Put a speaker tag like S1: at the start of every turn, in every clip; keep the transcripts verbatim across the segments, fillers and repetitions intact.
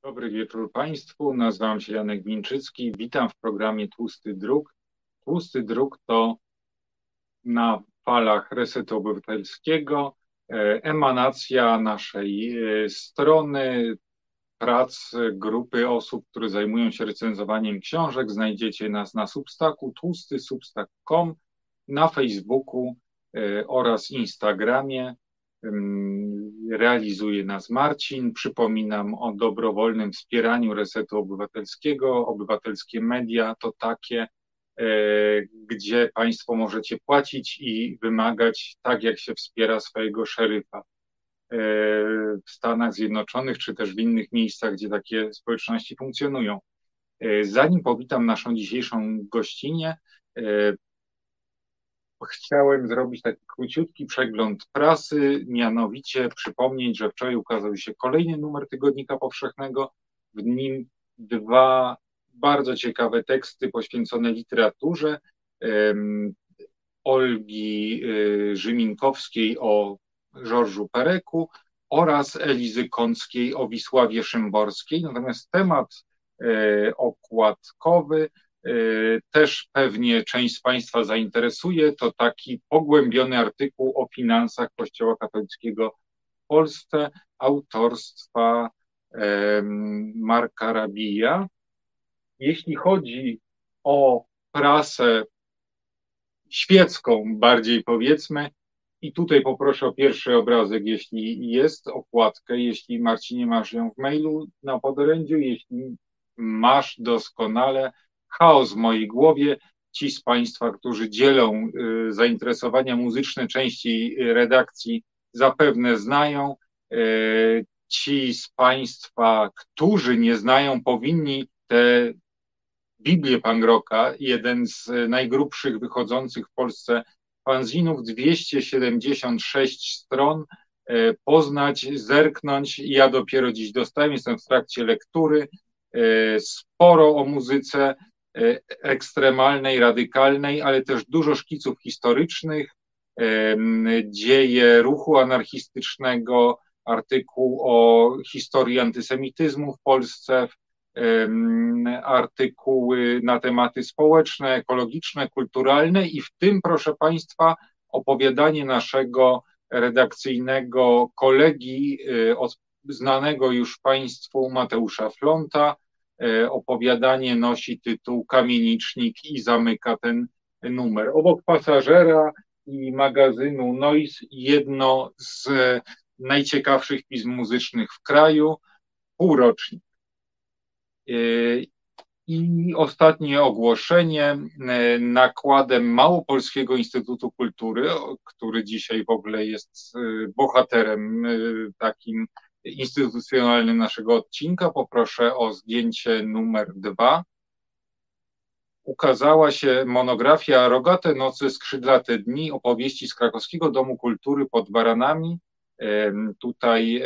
S1: Dobry wieczór Państwu, nazywam się Janek Winczycki, witam w programie Tłusty Druk. Tłusty Druk to na falach Resetu Obywatelskiego e, emanacja naszej e, strony, prac grupy osób, które zajmują się recenzowaniem książek. Znajdziecie nas na Substacku, tłusty substack kropka com, na Facebooku e, oraz Instagramie. Realizuje nas Marcin. Przypominam o dobrowolnym wspieraniu Resetu Obywatelskiego. Obywatelskie media to takie, e, gdzie Państwo możecie płacić i wymagać tak, jak się wspiera swojego szeryfa. E, w Stanach Zjednoczonych, czy też w innych miejscach, gdzie takie społeczności funkcjonują. E, zanim powitam naszą dzisiejszą gościnię, e, chciałem zrobić taki króciutki przegląd prasy, mianowicie przypomnieć, że wczoraj ukazał się kolejny numer Tygodnika Powszechnego. W nim dwa bardzo ciekawe teksty poświęcone literaturze. Um, Olgi y, Rzyminkowskiej o George'u Pereku oraz Elizy Kąckiej o Wisławie Szymborskiej. Natomiast temat y, okładkowy też pewnie część z Państwa zainteresuje. To taki pogłębiony artykuł o finansach Kościoła katolickiego w Polsce autorstwa Marka Rabija. Jeśli chodzi o prasę świecką, bardziej powiedzmy, i tutaj poproszę o pierwszy obrazek, jeśli jest, okładkę, jeśli Marcinie masz ją w mailu na podorędziu, jeśli masz, doskonale. Chaos w mojej głowie. Ci z Państwa, którzy dzielą y, zainteresowania muzyczne części redakcji, zapewne znają. Y, ci z Państwa, którzy nie znają, powinni te Biblię punk rocka, jeden z najgrubszych wychodzących w Polsce fanzinów, dwieście siedemdziesiąt sześć stron, y, poznać, zerknąć. Ja dopiero dziś dostałem, jestem w trakcie lektury. Y, sporo o muzyce ekstremalnej, radykalnej, ale też dużo szkiców historycznych, dzieje ruchu anarchistycznego, artykuł o historii antysemityzmu w Polsce, artykuły na tematy społeczne, ekologiczne, kulturalne i w tym, proszę Państwa, opowiadanie naszego redakcyjnego kolegi, znanego już Państwu Mateusza Flonta. Opowiadanie nosi tytuł Kamienicznik i zamyka ten numer. Obok Pasażera i magazynu Noise jedno z najciekawszych pism muzycznych w kraju, półrocznik. I ostatnie ogłoszenie. Nakładem Małopolskiego Instytutu Kultury, który dzisiaj w ogóle jest bohaterem takim instytucjonalnym naszego odcinka, poproszę o zdjęcie numer dwa. Ukazała się monografia Rogate noce, skrzydlate dni, opowieści z Krakowskiego Domu Kultury pod Baranami. Tutaj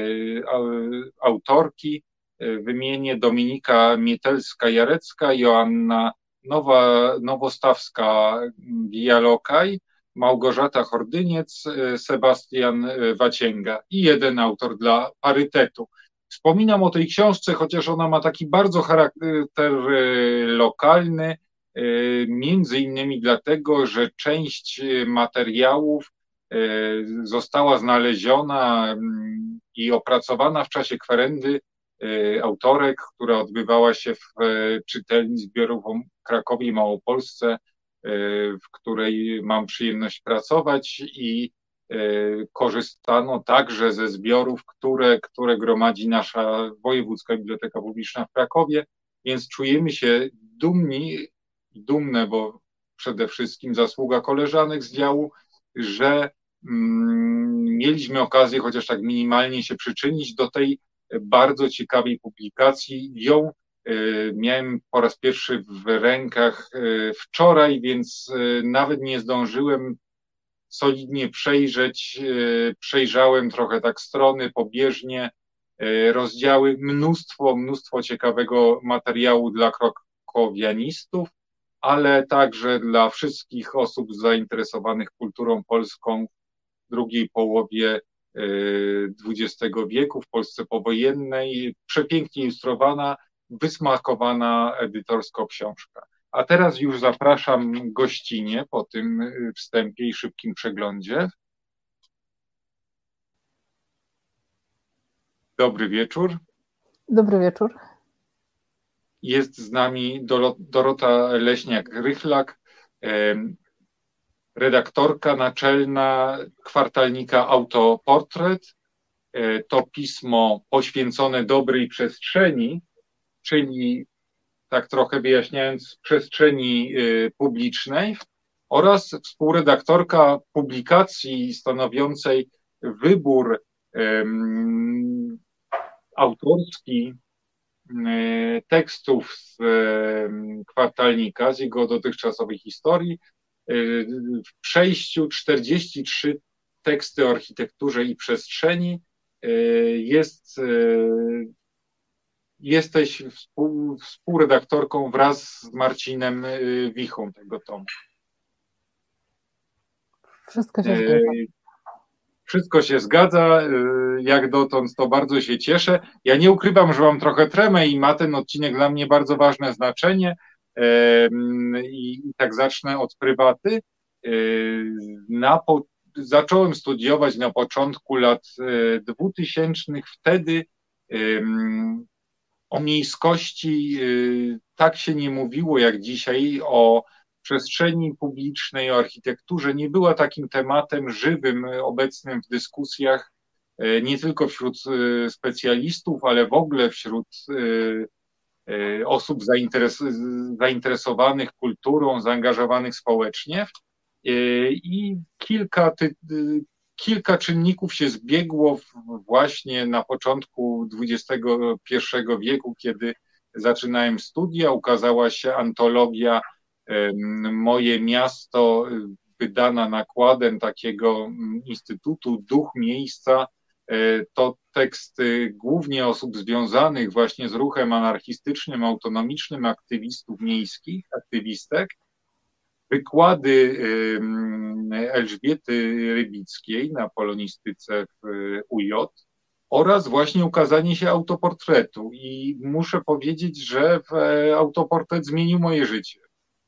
S1: autorki wymienię: Dominika Mietelska-Jarecka, Joanna Nowa, Nowostawska-Bialokaj, Małgorzata Hordyniec, Sebastian Wacięga i jeden autor dla parytetu. Wspominam o tej książce, chociaż ona ma taki bardzo charakter lokalny, między innymi dlatego, że część materiałów została znaleziona i opracowana w czasie kwerendy autorek, która odbywała się w czytelni zbiorów w Krakowie i Małopolsce, w której mam przyjemność pracować, i korzystano także ze zbiorów, które, które gromadzi nasza Wojewódzka Biblioteka Publiczna w Krakowie, więc czujemy się dumni, dumne, bo przede wszystkim zasługa koleżanek z działu, że mm, mieliśmy okazję chociaż tak minimalnie się przyczynić do tej bardzo ciekawej publikacji. Ją miałem po raz pierwszy w rękach wczoraj, więc nawet nie zdążyłem solidnie przejrzeć. Przejrzałem trochę tak strony pobieżnie, rozdziały, mnóstwo, mnóstwo ciekawego materiału dla krakowianistów, ale także dla wszystkich osób zainteresowanych kulturą polską w drugiej połowie dwudziestego wieku w Polsce powojennej, przepięknie ilustrowana, wysmakowana edytorsko książka. A teraz już zapraszam gościnie po tym wstępie i szybkim przeglądzie. Dobry wieczór.
S2: Dobry wieczór.
S1: Jest z nami Dorota Leśniak-Rychlak, redaktorka naczelna kwartalnika Autoportret. To pismo poświęcone dobrej przestrzeni, czyli, tak trochę wyjaśniając, przestrzeni publicznej, oraz współredaktorka publikacji stanowiącej wybór um, autorski tekstów z kwartalnika, z jego dotychczasowej historii. W przejściu czterdzieści trzy teksty o architekturze i przestrzeni. Jest, jesteś współ, współredaktorką wraz z Marcinem Wichą tego tomu.
S2: Wszystko się zgadza.
S1: Wszystko się zgadza, jak dotąd to bardzo się cieszę. Ja nie ukrywam, że mam trochę tremę i ma ten odcinek dla mnie bardzo ważne znaczenie. I, i tak zacznę od prywaty. Na po, zacząłem studiować na początku lat dwutysięcznych. Wtedy o miejskości tak się nie mówiło jak dzisiaj, o przestrzeni publicznej, o architekturze. Nie była takim tematem żywym, obecnym w dyskusjach, nie tylko wśród specjalistów, ale w ogóle wśród osób zainteres zainteresowanych kulturą, zaangażowanych społecznie. I kilka, ty kilka czynników się zbiegło właśnie na początku dwudziestego pierwszego wieku, kiedy zaczynałem studia. Ukazała się antologia Moje miasto, wydana nakładem takiego instytutu Duch Miejsca. To teksty głównie osób związanych właśnie z ruchem anarchistycznym, autonomicznym, aktywistów miejskich, aktywistek. Wykłady Elżbiety Rybickiej na polonistyce w U J oraz właśnie ukazanie się autoportretu. I muszę powiedzieć, że autoportret zmienił moje życie.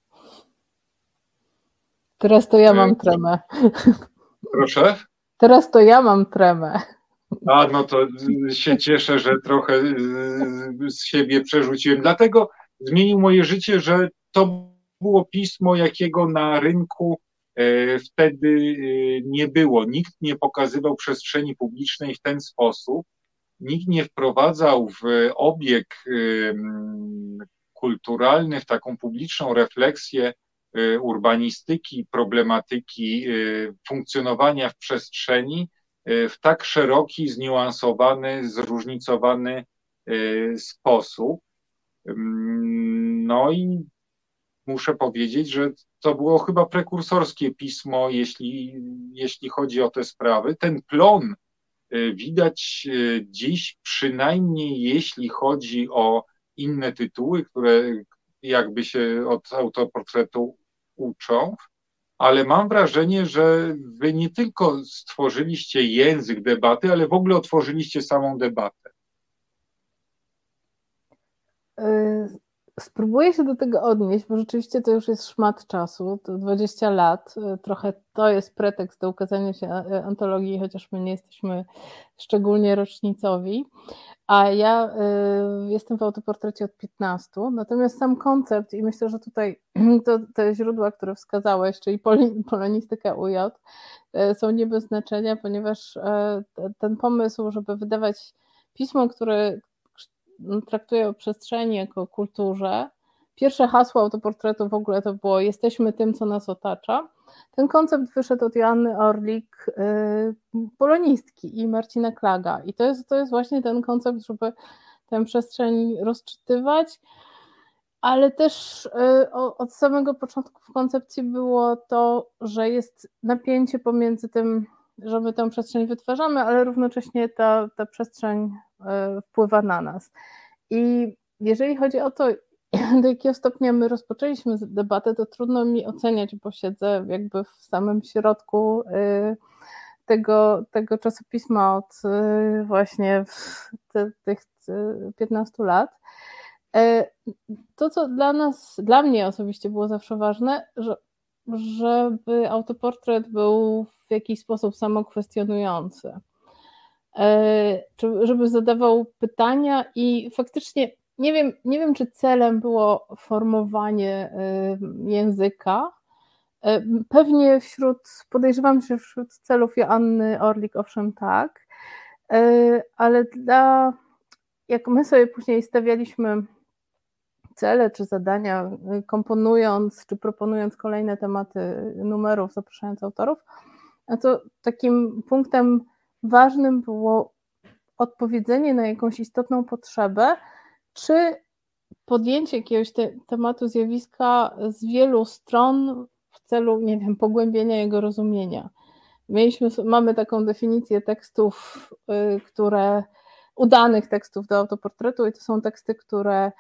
S2: Teraz to ja mam tremę.
S1: Proszę?
S2: Teraz to ja mam tremę.
S1: A, no to się cieszę, że trochę z siebie przerzuciłem. Dlatego zmienił moje życie, że to było pismo, jakiego na rynku wtedy nie było. Nikt nie pokazywał przestrzeni publicznej w ten sposób. Nikt nie wprowadzał w obieg kulturalny, w taką publiczną refleksję urbanistyki, problematyki funkcjonowania w przestrzeni w tak szeroki, zniuansowany, zróżnicowany sposób. No i muszę powiedzieć, że to było chyba prekursorskie pismo, jeśli, jeśli chodzi o te sprawy. Ten plon widać dziś, przynajmniej jeśli chodzi o inne tytuły, które jakby się od autoportretu uczą, ale mam wrażenie, że wy nie tylko stworzyliście język debaty, ale w ogóle otworzyliście samą debatę.
S2: Spróbuję się do tego odnieść, bo rzeczywiście to już jest szmat czasu, to dwadzieścia lat, trochę to jest pretekst do ukazania się antologii, chociaż my nie jesteśmy szczególnie rocznicowi, a ja y, jestem w autoportrecie od piętnastu, natomiast sam koncept i myślę, że tutaj to, te źródła, które wskazałeś, czyli polonistyka U J, y, są nie bez znaczenia, ponieważ y, ten pomysł, żeby wydawać pismo, które traktuje o przestrzeni jako o kulturze. Pierwsze hasło autoportretu w ogóle to było jesteśmy tym, co nas otacza. Ten koncept wyszedł od Joanny Orlik, yy, polonistki i Marcina Klaga. I to jest, to jest właśnie ten koncept, żeby tę przestrzeń rozczytywać, ale też yy, od samego początku w koncepcji było to, że jest napięcie pomiędzy tym, że my tę przestrzeń wytwarzamy, ale równocześnie ta, ta przestrzeń wpływa na nas. I jeżeli chodzi o to, do jakiego stopnia my rozpoczęliśmy debatę, to trudno mi oceniać, bo siedzę jakby w samym środku tego, tego czasopisma od właśnie te, tych piętnastu lat. To, co dla nas, dla mnie osobiście było zawsze ważne, że, żeby autoportret był w jakiś sposób samokwestionujący. Żeby zadawał pytania i faktycznie nie wiem, nie wiem, czy celem było formowanie języka. Pewnie wśród, podejrzewam, że wśród celów Joanny Orlik owszem tak, ale dla, jak my sobie później stawialiśmy cele czy zadania, komponując czy proponując kolejne tematy numerów, zapraszając autorów, no to takim punktem ważnym było odpowiedzenie na jakąś istotną potrzebę, czy podjęcie jakiegoś te, tematu, zjawiska z wielu stron w celu, nie wiem, pogłębienia jego rozumienia. Mieliśmy, mamy taką definicję tekstów, y, które, udanych tekstów do autoportretu i to są teksty, które,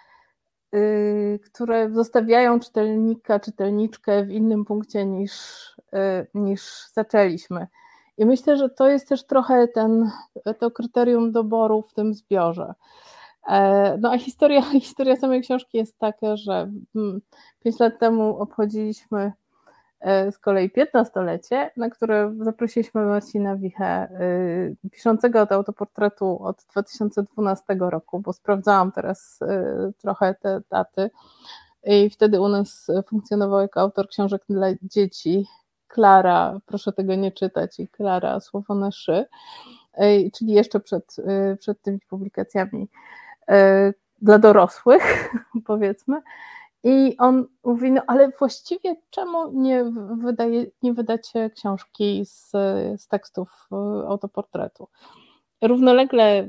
S2: y, które zostawiają czytelnika, czytelniczkę w innym punkcie niż, y, niż zaczęliśmy. I myślę, że to jest też trochę ten, to kryterium doboru w tym zbiorze. No a historia, historia samej książki jest taka, że pięć lat temu obchodziliśmy z kolei piętnastolecie, na które zaprosiliśmy Marcina Wichę, piszącego od autoportretu od dwa tysiące dwunastego roku, bo sprawdzałam teraz trochę te daty i wtedy u nas funkcjonował jako autor książek dla dzieci Klara, proszę tego nie czytać, i Klara Słowoneszy, czyli jeszcze przed, przed tymi publikacjami dla dorosłych, powiedzmy. I on mówi, no ale właściwie czemu nie, wydaje, nie wydacie książki z, z tekstów autoportretu? Równolegle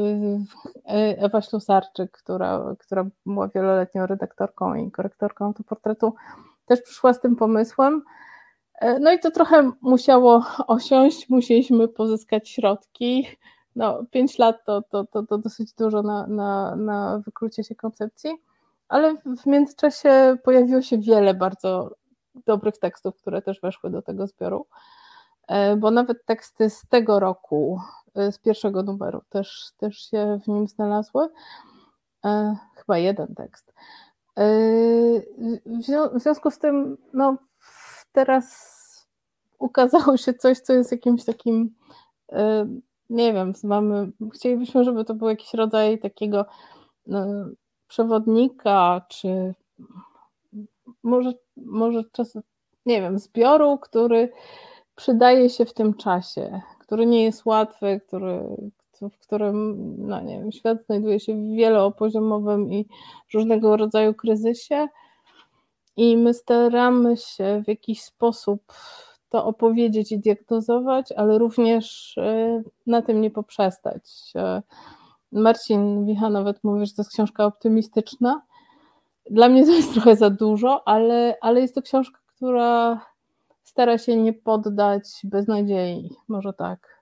S2: Ewa Ślusarczyk, która, która była wieloletnią redaktorką i korektorką autoportretu, też przyszła z tym pomysłem. No i to trochę musiało osiąść, musieliśmy pozyskać środki. No, pięć lat to, to, to, to dosyć dużo na, na, na wyklucie się koncepcji, ale w międzyczasie pojawiło się wiele bardzo dobrych tekstów, które też weszły do tego zbioru, bo nawet teksty z tego roku, z pierwszego numeru też, też się w nim znalazły. Chyba jeden tekst. W związku z tym, no, teraz ukazało się coś, co jest jakimś takim, nie wiem, mamy, chcielibyśmy, żeby to był jakiś rodzaj takiego no, przewodnika, czy może, może czasem, nie wiem, zbioru, który przydaje się w tym czasie, który nie jest łatwy, który, w którym, no nie wiem, świat znajduje się w wielopoziomowym i różnego rodzaju kryzysie i my staramy się w jakiś sposób to opowiedzieć i diagnozować, ale również na tym nie poprzestać. Marcin Wicha nawet mówi, że to jest książka optymistyczna. Dla mnie to jest trochę za dużo, ale, ale jest to książka, która stara się nie poddać beznadziei, może tak.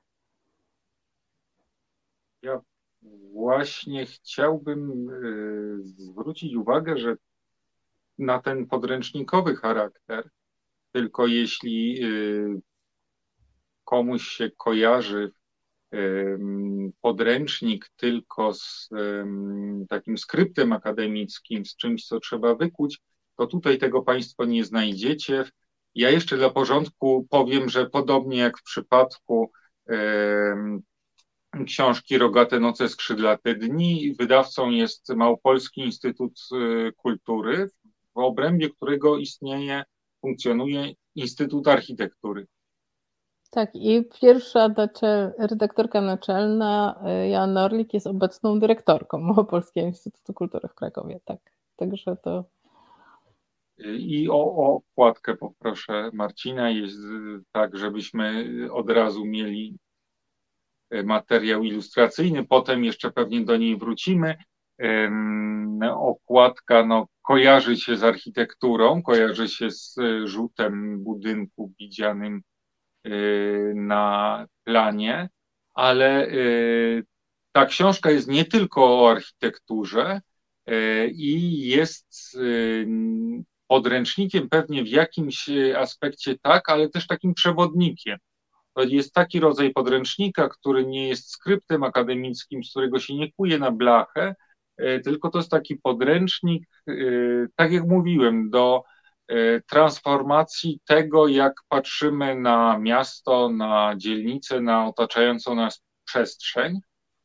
S1: Ja właśnie chciałbym zwrócić uwagę, że na ten podręcznikowy charakter, tylko jeśli komuś się kojarzy podręcznik tylko z takim skryptem akademickim, z czymś, co trzeba wykuć, to tutaj tego Państwo nie znajdziecie. Ja jeszcze dla porządku powiem, że podobnie jak w przypadku książki Rogate noce, skrzydlate dni, wydawcą jest Małopolski Instytut Kultury, w obrębie którego istnieje, funkcjonuje Instytut Architektury.
S2: Tak, i pierwsza naczel, redaktorka naczelna Joanna Orlik jest obecną dyrektorką Małopolskiego Instytutu Kultury w Krakowie, tak, także to...
S1: I o, o okładkę poproszę Marcina, jest tak, żebyśmy od razu mieli materiał ilustracyjny, potem jeszcze pewnie do niej wrócimy. Okładka no, kojarzy się z architekturą, kojarzy się z rzutem budynku widzianym na planie, ale ta książka jest nie tylko o architekturze i jest podręcznikiem pewnie w jakimś aspekcie tak, ale też takim przewodnikiem. To jest taki rodzaj podręcznika, który nie jest skryptem akademickim, z którego się nie kuje na blachę, tylko to jest taki podręcznik, tak jak mówiłem, do transformacji tego, jak patrzymy na miasto, na dzielnicę, na otaczającą nas przestrzeń.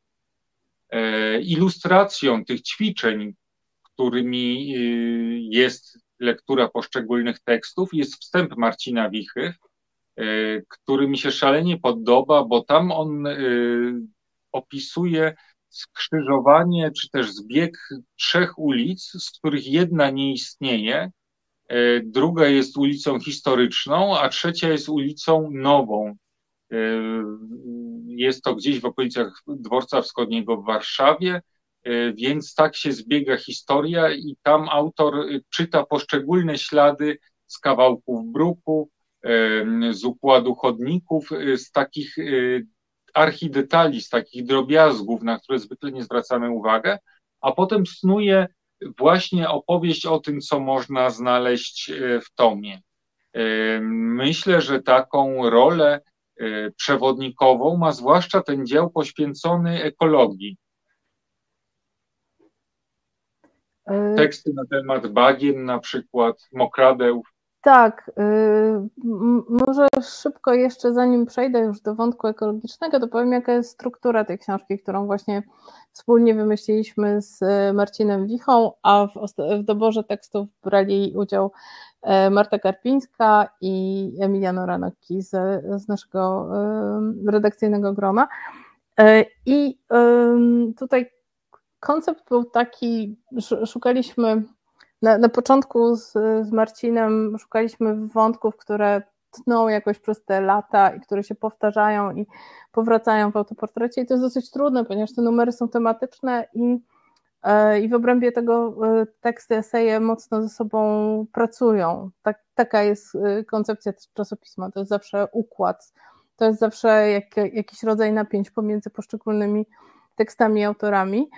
S1: Ilustracją tych ćwiczeń, którymi jest lektura poszczególnych tekstów, jest wstęp Marcina Wichy, który mi się szalenie podoba, bo tam on opisuje skrzyżowanie czy też zbieg trzech ulic, z których jedna nie istnieje, druga jest ulicą historyczną, a trzecia jest ulicą nową. Jest to gdzieś w okolicach Dworca Wschodniego w Warszawie, więc tak się zbiega historia i tam autor czyta poszczególne ślady z kawałków bruku, z układu chodników, z takich archidetali, z takich drobiazgów, na które zwykle nie zwracamy uwagi, a potem snuje właśnie opowieść o tym, co można znaleźć w tomie. Myślę, że taką rolę przewodnikową ma zwłaszcza ten dział poświęcony ekologii. Teksty na temat bagien, na przykład mokradeł.
S2: Tak, może szybko jeszcze, zanim przejdę już do wątku ekologicznego, to powiem, jaka jest struktura tej książki, którą właśnie wspólnie wymyśliliśmy z Marcinem Wichą, a w, w doborze tekstów brali udział Marta Karpińska i Emiliano Ranocchi z, z naszego redakcyjnego grona. I tutaj koncept był taki, szukaliśmy Na, na początku z, z Marcinem szukaliśmy wątków, które tną jakoś przez te lata i które się powtarzają i powracają w autoportrecie i to jest dosyć trudne, ponieważ te numery są tematyczne i, e, i w obrębie tego teksty, eseje mocno ze sobą pracują. Tak, taka jest koncepcja czasopisma, to jest zawsze układ, to jest zawsze jak, jakiś rodzaj napięć pomiędzy poszczególnymi tekstami i autorami.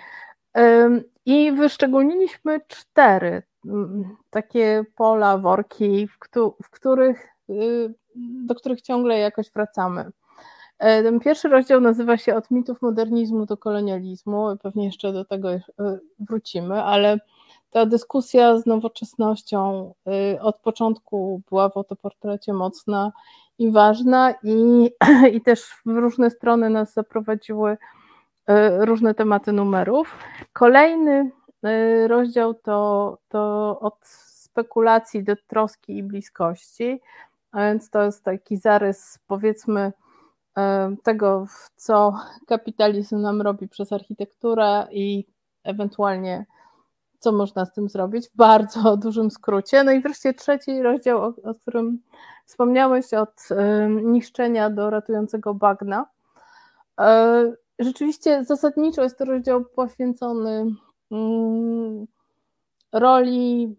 S2: I wyszczególniliśmy cztery takie pola, worki, w których, do których ciągle jakoś wracamy. Ten pierwszy rozdział nazywa się Od mitów modernizmu do kolonializmu, pewnie jeszcze do tego wrócimy, ale ta dyskusja z nowoczesnością od początku była w autoportrecie mocna i ważna i, i też w różne strony nas zaprowadziły różne tematy numerów. Kolejny rozdział to, to od spekulacji do troski i bliskości, a więc to jest taki zarys, powiedzmy, tego, co kapitalizm nam robi przez architekturę i ewentualnie co można z tym zrobić w bardzo dużym skrócie. No i wreszcie trzeci rozdział, o, o którym wspomniałeś, od niszczenia do ratującego bagna. Rzeczywiście zasadniczo jest to rozdział poświęcony roli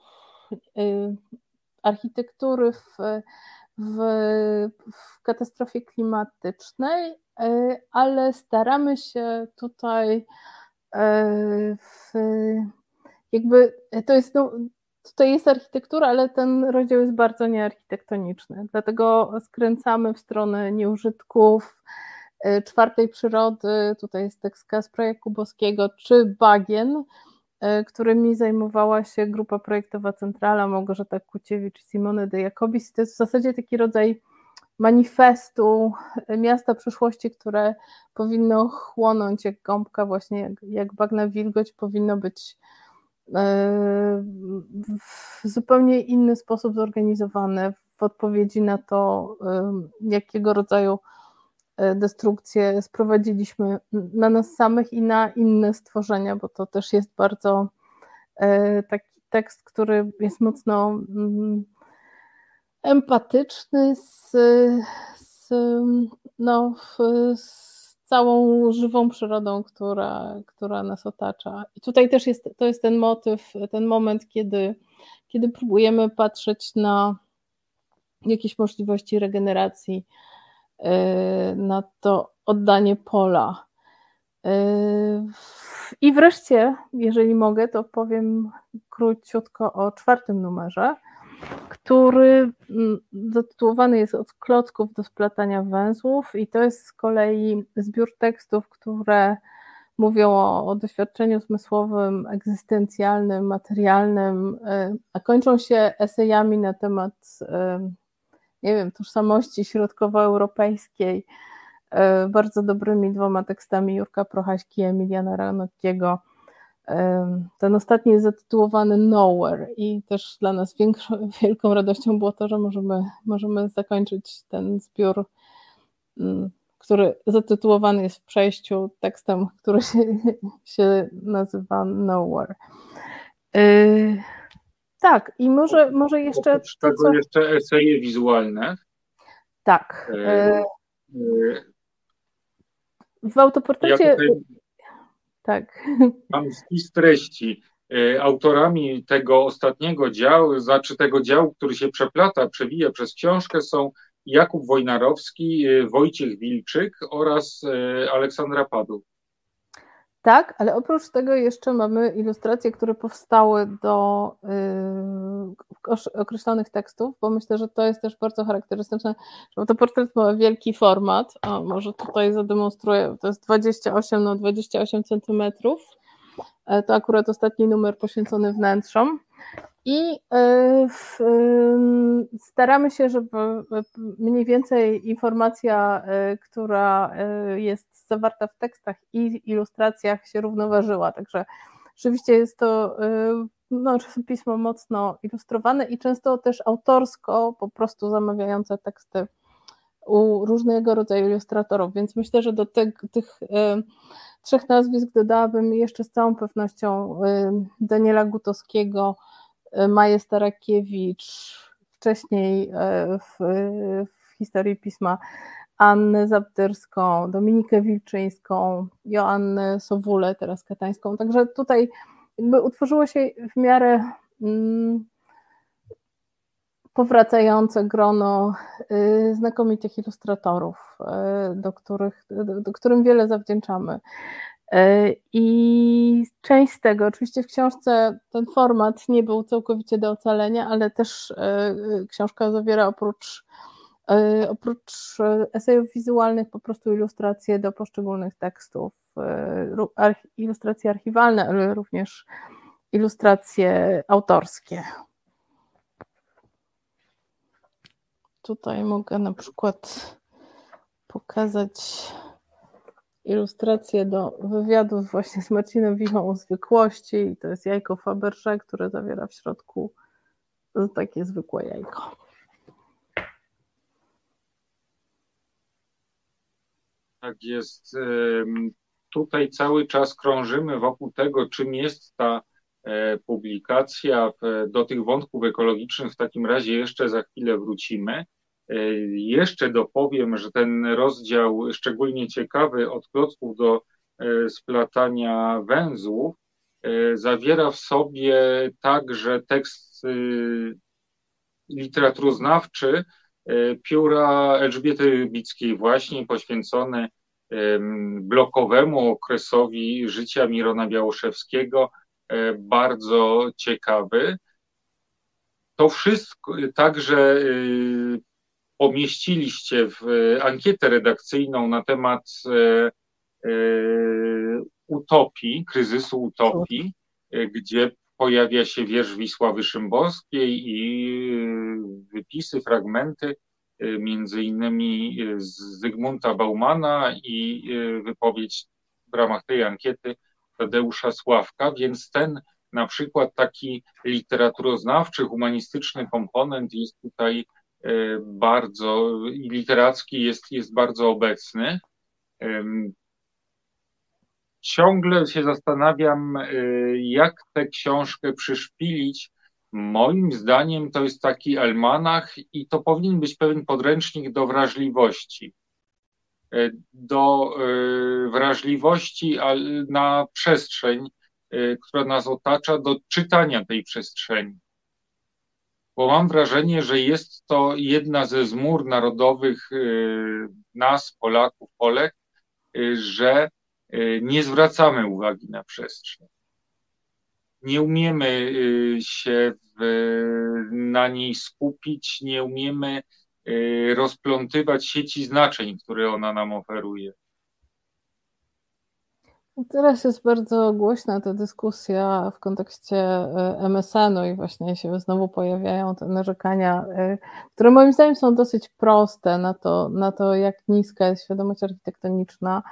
S2: architektury w, w, w katastrofie klimatycznej, ale staramy się tutaj w, jakby to jest, no, tutaj jest architektura, ale ten rozdział jest bardzo niearchitektoniczny, dlatego skręcamy w stronę nieużytków, czwartej przyrody, tutaj jest tekst Kacpra Jakubowskiego, czy bagien, którymi zajmowała się grupa projektowa Centrala, Małgorzata Kuciewicz i Simone de Jacobis. To jest w zasadzie taki rodzaj manifestu miasta przyszłości, które powinno chłonąć jak gąbka, właśnie jak, jak bagna wilgoć, powinno być w zupełnie inny sposób zorganizowane w odpowiedzi na to, jakiego rodzaju destrukcję sprowadziliśmy na nas samych i na inne stworzenia, bo to też jest bardzo taki tekst, który jest mocno empatyczny z, z, no, z całą żywą przyrodą, która, która nas otacza. I tutaj też jest, to jest ten motyw, ten moment, kiedy, kiedy próbujemy patrzeć na jakieś możliwości regeneracji, na to oddanie pola. I wreszcie, jeżeli mogę, to powiem króciutko o czwartym numerze. który zatytułowany jest Od klocków do splatania węzłów i to jest z kolei zbiór tekstów, które mówią o, o doświadczeniu zmysłowym, egzystencjalnym, materialnym, a kończą się esejami na temat, nie wiem, tożsamości środkowoeuropejskiej, bardzo dobrymi dwoma tekstami Jurka Prochaśki i Emiliana Ranockiego. Ten ostatni jest zatytułowany Nowhere i też dla nas większą, wielką radością było to, że możemy, możemy zakończyć ten zbiór, który zatytułowany jest w przejściu tekstem, który się, się nazywa Nowhere. Yy, tak, i może, może jeszcze
S1: Oprócz tego
S2: to, co...
S1: jeszcze eseje wizualne.
S2: Tak. Yy,
S1: yy,
S2: w autoportrecie...
S1: Ja tutaj
S2: tak.
S1: mam spis treści. Autorami tego ostatniego działu, znaczy tego działu, który się przeplata, przewija przez książkę, są Jakub Wojnarowski, Wojciech Wilczyk oraz Aleksandra Padł.
S2: Tak, ale oprócz tego jeszcze mamy ilustracje, które powstały do yy, określonych tekstów, bo myślę, że to jest też bardzo charakterystyczne, że autoportret ma wielki format, a może tutaj zademonstruję, to jest dwadzieścia osiem na dwadzieścia osiem centymetrów, to akurat ostatni numer poświęcony wnętrzom. I staramy się, żeby mniej więcej informacja, która jest zawarta w tekstach i ilustracjach się równoważyła. Także rzeczywiście jest to no, pismo mocno ilustrowane i często też autorsko po prostu zamawiające teksty u różnego rodzaju ilustratorów, więc myślę, że do te, tych trzech nazwisk dodałabym jeszcze z całą pewnością Daniela Gutowskiego, Maję Starakiewicz, wcześniej w, w historii pisma Annę Zabderską, Dominikę Wilczyńską, Joannę Sowulę, teraz Katańską. Także tutaj jakby utworzyło się w miarę mm, powracające grono y, znakomitych ilustratorów, y, do, których, do, do którym wiele zawdzięczamy. I część z tego, oczywiście w książce ten format nie był całkowicie do ocalenia, ale też książka zawiera oprócz, oprócz esejów wizualnych po prostu ilustracje do poszczególnych tekstów, ilustracje archiwalne, ale również ilustracje autorskie. Tutaj mogę na przykład pokazać ilustracje do wywiadów właśnie z Marcinem Wichą o zwykłości i to jest jajko Fabergé, które zawiera w środku takie zwykłe jajko.
S1: Tak jest. Tutaj cały czas krążymy wokół tego, czym jest ta publikacja. Do tych wątków ekologicznych w takim razie jeszcze za chwilę wrócimy. Jeszcze dopowiem, że ten rozdział szczególnie ciekawy od klocków do splatania węzłów zawiera w sobie także tekst literaturoznawczy pióra Elżbiety Rybickiej, właśnie poświęcony blokowemu okresowi życia Mirona Białoszewskiego, bardzo ciekawy. To wszystko także pomieściliście w ankietę redakcyjną na temat utopii, kryzysu utopii, gdzie pojawia się wiersz Wisławy Szymborskiej i wypisy, fragmenty, między innymi z Zygmunta Baumana i wypowiedź w ramach tej ankiety Tadeusza Sławka, więc ten na przykład taki literaturoznawczy, humanistyczny komponent jest tutaj bardzo, i literacki jest, jest bardzo obecny. Ciągle się zastanawiam, jak tę książkę przyszpilić. Moim zdaniem to jest taki almanach i to powinien być pewien podręcznik do wrażliwości. Do wrażliwości na przestrzeń, która nas otacza, do czytania tej przestrzeni. Bo mam wrażenie, że jest to jedna ze zmór narodowych nas, Polaków, Polek, że nie zwracamy uwagi na przestrzeń. nie umiemy y, się w, na niej skupić, nie umiemy y, rozplątywać sieci znaczeń, które ona nam oferuje.
S2: Teraz jest bardzo głośna ta dyskusja w kontekście M S N-u i właśnie się znowu pojawiają te narzekania, które moim zdaniem są dosyć proste na to, na to jak niska jest świadomość architektoniczna,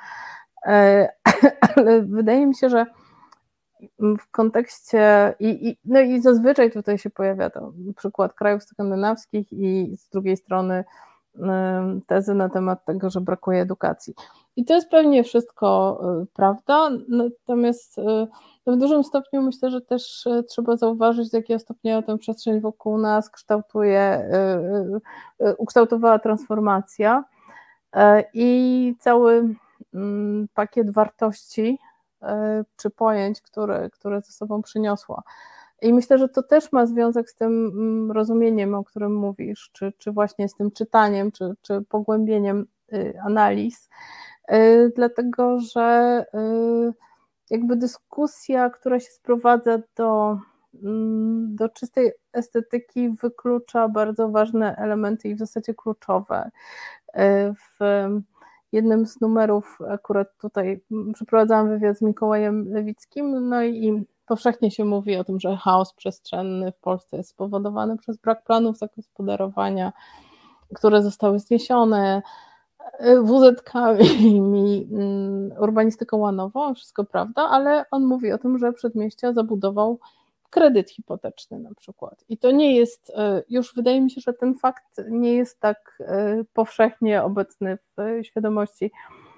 S2: ale wydaje mi się, że w kontekście i, i, no i zazwyczaj tutaj się pojawia to przykład krajów skandynawskich i z drugiej strony tezy na temat tego, że brakuje edukacji. I to jest pewnie wszystko prawda, natomiast w dużym stopniu myślę, że też trzeba zauważyć, z jakiego stopnia tę przestrzeń wokół nas kształtuje, ukształtowała transformacja i cały pakiet wartości czy pojęć, które, które ze sobą przyniosła. I myślę, że to też ma związek z tym rozumieniem, o którym mówisz, czy, czy właśnie z tym czytaniem, czy, czy pogłębieniem analiz, dlatego że jakby dyskusja, która się sprowadza do, do czystej estetyki, wyklucza bardzo ważne elementy i w zasadzie kluczowe. W jednym z numerów akurat tutaj przeprowadzałam wywiad z Mikołajem Lewickim, no i powszechnie się mówi o tym, że chaos przestrzenny w Polsce jest spowodowany przez brak planów zagospodarowania, które zostały zniesione, W Z K-ami, urbanistyką łanową, wszystko prawda, ale on mówi o tym, że przedmieścia zabudował kredyt hipoteczny na przykład. I to nie jest, już wydaje mi się, że ten fakt nie jest tak powszechnie obecny w świadomości.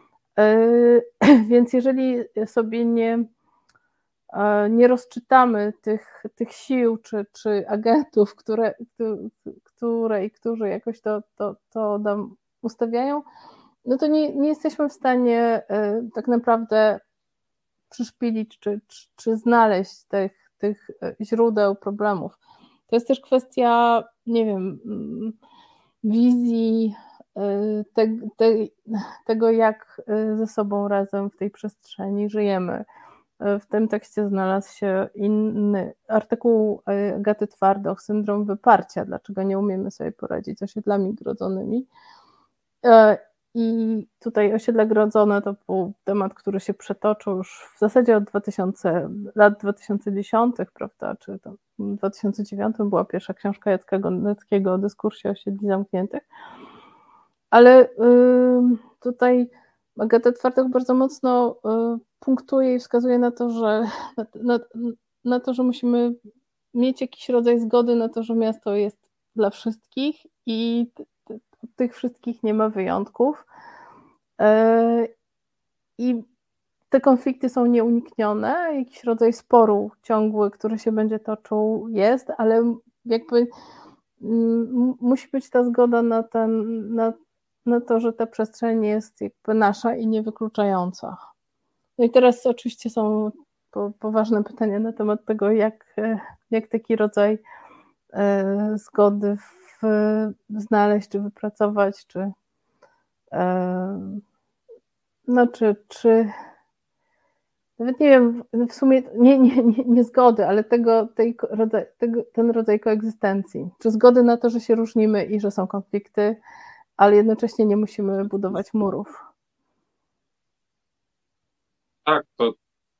S2: Więc jeżeli sobie nie, nie rozczytamy tych, tych sił czy, czy agentów, które, które i którzy jakoś to, to, to nam ustawiają, no to nie, nie jesteśmy w stanie tak naprawdę przyszpilić czy, czy, czy znaleźć tych, tych źródeł problemów. To jest też kwestia, nie wiem, wizji te, te, tego, jak ze sobą razem w tej przestrzeni żyjemy. W tym tekście znalazł się inny artykuł Agaty Twardoch, syndrom wyparcia, dlaczego nie umiemy sobie poradzić z osiedlami grodzonymi. I tutaj osiedle grodzone to był temat, który się przetoczył już w zasadzie od dwutysięcznych, lat dwa tysiące dziesiątych, prawda, czy to w dwa tysiące dziewiątym była pierwsza książka Jacka Godeckiego o dyskursie osiedli zamkniętych, ale tutaj Agata Twardoch bardzo mocno punktuje i wskazuje na to, że na, na, na to, że musimy mieć jakiś rodzaj zgody na to, że miasto jest dla wszystkich i od tych wszystkich nie ma wyjątków. I te konflikty są nieuniknione, jakiś rodzaj sporu ciągły, który się będzie toczył, jest, ale jakby musi być ta zgoda na, ten, na, na to, że ta przestrzeń jest jakby nasza i niewykluczająca. No i teraz oczywiście są poważne pytania na temat tego, jak, jak taki rodzaj zgody w, znaleźć, czy wypracować, czy no czy, czy nawet nie wiem, w sumie nie, nie, nie, nie zgody, ale tego, tej rodzaj, tego, ten rodzaj koegzystencji. Czy zgody na to, że się różnimy i że są konflikty, ale jednocześnie nie musimy budować murów.
S1: Tak, to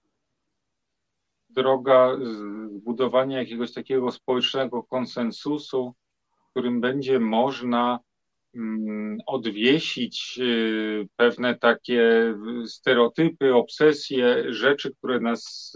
S1: droga zbudowania jakiegoś takiego społecznego konsensusu, w którym będzie można odwiesić pewne takie stereotypy, obsesje, rzeczy, które nas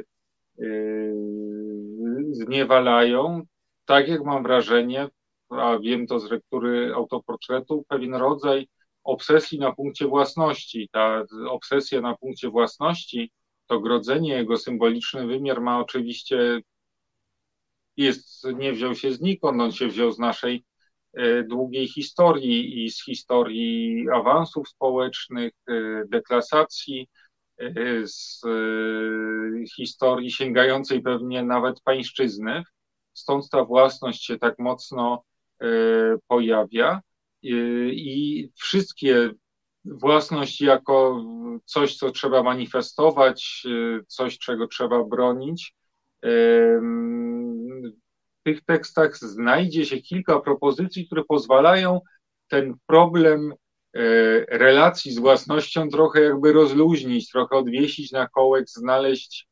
S1: zniewalają. Tak jak mam wrażenie, a wiem to z lektury autoportretu, pewien rodzaj obsesji na punkcie własności. Ta obsesja na punkcie własności, to grodzenie, jego symboliczny wymiar ma oczywiście, jest, nie wziął się znikąd, on się wziął z naszej długiej historii i z historii awansów społecznych, deklasacji, z historii sięgającej pewnie nawet pańszczyzny. Stąd ta własność się tak mocno pojawia i wszystkie własność jako coś, co trzeba manifestować, coś, czego trzeba bronić, W tych tekstach znajdzie się kilka propozycji, które pozwalają ten problem relacji z własnością trochę jakby rozluźnić, trochę odwiesić na kołek, znaleźć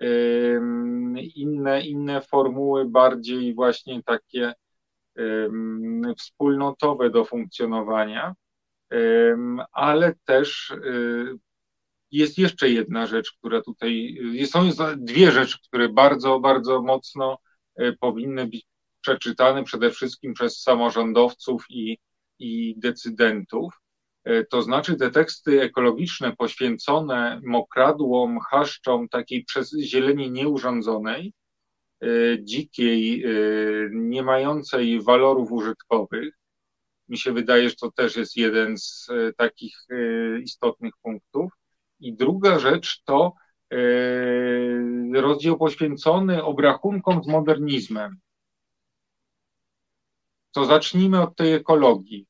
S1: inne, inne formuły, bardziej właśnie takie wspólnotowe do funkcjonowania, ale też jest jeszcze jedna rzecz, która tutaj, są dwie rzeczy, które bardzo, bardzo mocno powinny być przeczytane przede wszystkim przez samorządowców i, i decydentów. To znaczy te teksty ekologiczne poświęcone mokradłom, chaszczom takiej przez zieleni nieurządzonej, dzikiej, nie mającej walorów użytkowych. Mi się wydaje, że to też jest jeden z takich istotnych punktów. I druga rzecz to rozdział poświęcony obrachunkom z modernizmem. To zacznijmy od tej ekologii.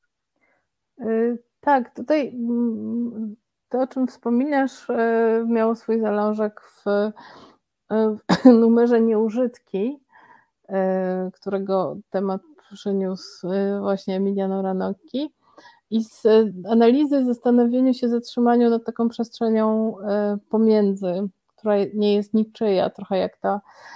S2: Tak, tutaj to, o czym wspominasz, miało swój zalążek w, w numerze Nieużytki, którego temat przyniósł właśnie Emiliano Ranocchi. I z analizy zastanowieniu się, zatrzymaniu nad taką przestrzenią pomiędzy, która nie jest niczyja, trochę jak ta,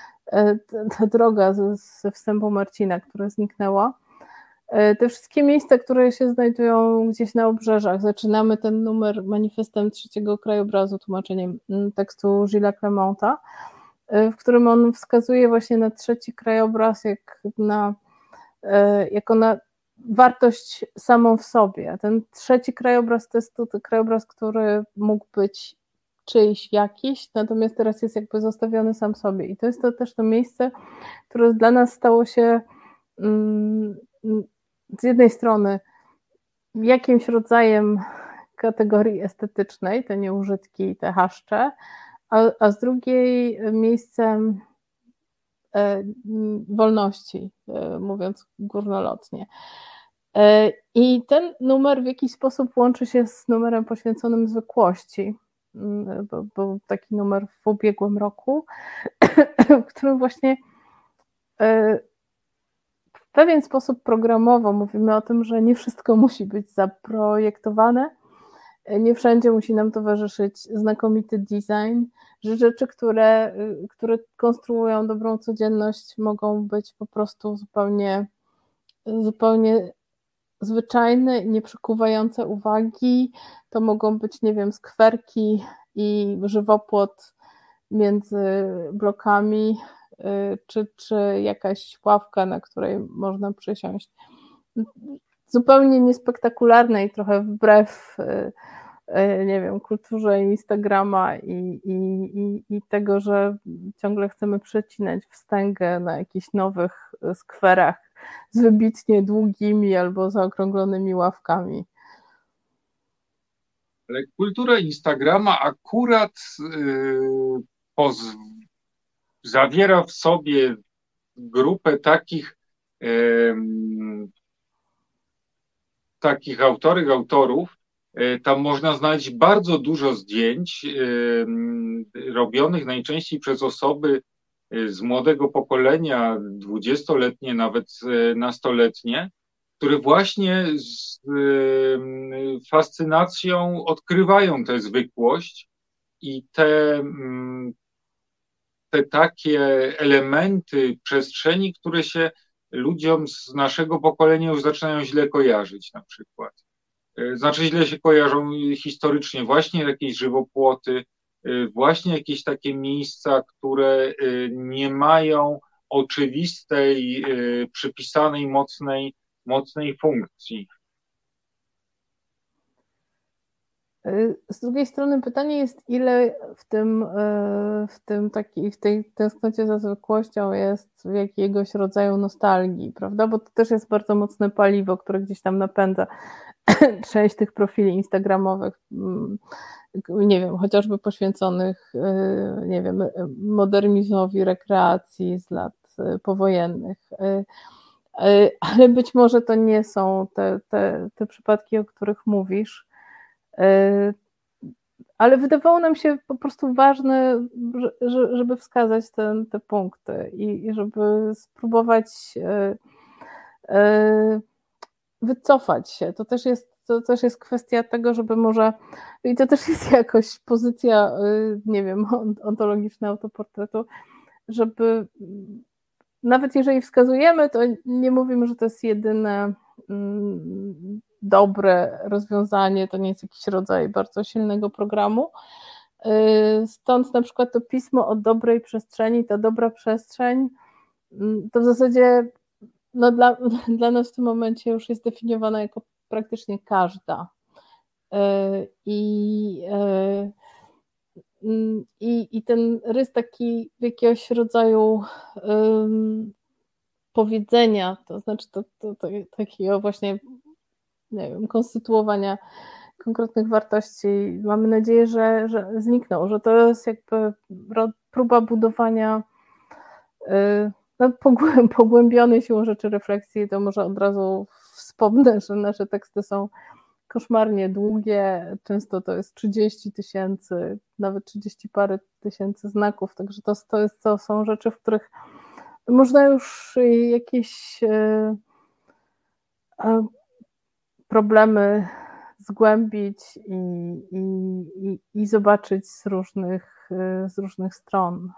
S2: ta droga ze, ze wstępu Marcina, która zniknęła. Te wszystkie miejsca, które się znajdują gdzieś na obrzeżach. Zaczynamy ten numer manifestem trzeciego krajobrazu, tłumaczeniem tekstu Gilles'a Clemonta, w którym on wskazuje właśnie na trzeci krajobraz jak na, jako na wartość samą w sobie. Ten trzeci krajobraz to jest to, to krajobraz, który mógł być czyjś jakiś, natomiast teraz jest jakby zostawiony sam sobie. I to jest to też to miejsce, które dla nas stało się mm, z jednej strony jakimś rodzajem kategorii estetycznej, te nieużytki, te chaszcze, a, a z drugiej miejscem e, wolności, e, mówiąc górnolotnie. E, I ten numer w jakiś sposób łączy się z numerem poświęconym zwykłości, bo, bo taki numer w ubiegłym roku, w którym właśnie e, w pewien sposób programowo mówimy o tym, że nie wszystko musi być zaprojektowane, nie wszędzie musi nam towarzyszyć znakomity design, że rzeczy, które, które konstruują dobrą codzienność, mogą być po prostu zupełnie, zupełnie zwyczajne i nie przykuwające uwagi. To mogą być, nie wiem, skwerki i żywopłot między blokami, Czy, czy jakaś ławka, na której można przysiąść. Zupełnie niespektakularne i trochę wbrew, nie wiem, kulturze Instagrama i, i, i tego, że ciągle chcemy przecinać wstęgę na jakichś nowych skwerach z wybitnie długimi albo zaokrąglonymi ławkami.
S1: Ale kultura Instagrama akurat yy, pozwala zawiera w sobie grupę takich, e, takich autorek, autorów. E, tam można znaleźć bardzo dużo zdjęć e, robionych najczęściej przez osoby z młodego pokolenia, dwudziestoletnie, nawet nastoletnie, które właśnie z e, fascynacją odkrywają tę zwykłość i te te takie elementy przestrzeni, które się ludziom z naszego pokolenia już zaczynają źle kojarzyć na przykład. Znaczy źle się kojarzą historycznie właśnie jakieś żywopłoty, właśnie jakieś takie miejsca, które nie mają oczywistej, przypisanej mocnej, mocnej funkcji.
S2: Z drugiej strony pytanie jest, ile w tym, w tym taki, w tej tęsknocie za zwykłością jest jakiegoś rodzaju nostalgii, prawda? Bo to też jest bardzo mocne paliwo, które gdzieś tam napędza część tych profili instagramowych, nie wiem, chociażby poświęconych, nie wiem, modernizmowi rekreacji z lat powojennych. Ale być może to nie są te, te, te przypadki, o których mówisz. ale wydawało nam się po prostu ważne, żeby wskazać ten, te punkty i żeby spróbować wycofać się. To też jest, to też jest kwestia tego, żeby może, i to też jest jakoś pozycja, nie wiem, ontologiczna autoportretu, żeby nawet jeżeli wskazujemy, to nie mówimy, że to jest jedyne dobre rozwiązanie, to nie jest jakiś rodzaj bardzo silnego programu. Stąd na przykład to pismo o dobrej przestrzeni, ta dobra przestrzeń, to w zasadzie no dla, dla nas w tym momencie już jest definiowana jako praktycznie każda. I, i, i ten rys taki jakiegoś rodzaju um, powiedzenia, to znaczy to, to, to, takiego właśnie, nie wiem, konstytuowania konkretnych wartości, mamy nadzieję, że, że zniknął, że to jest jakby próba budowania no, pogłębionej siłą rzeczy refleksji. To może od razu wspomnę, że nasze teksty są koszmarnie długie, często to jest trzydzieści tysięcy, nawet trzydzieści parę tysięcy znaków, także to, to, jest, to są rzeczy, w których można już jakieś problemy zgłębić i, i, i, i zobaczyć z różnych, z różnych stron.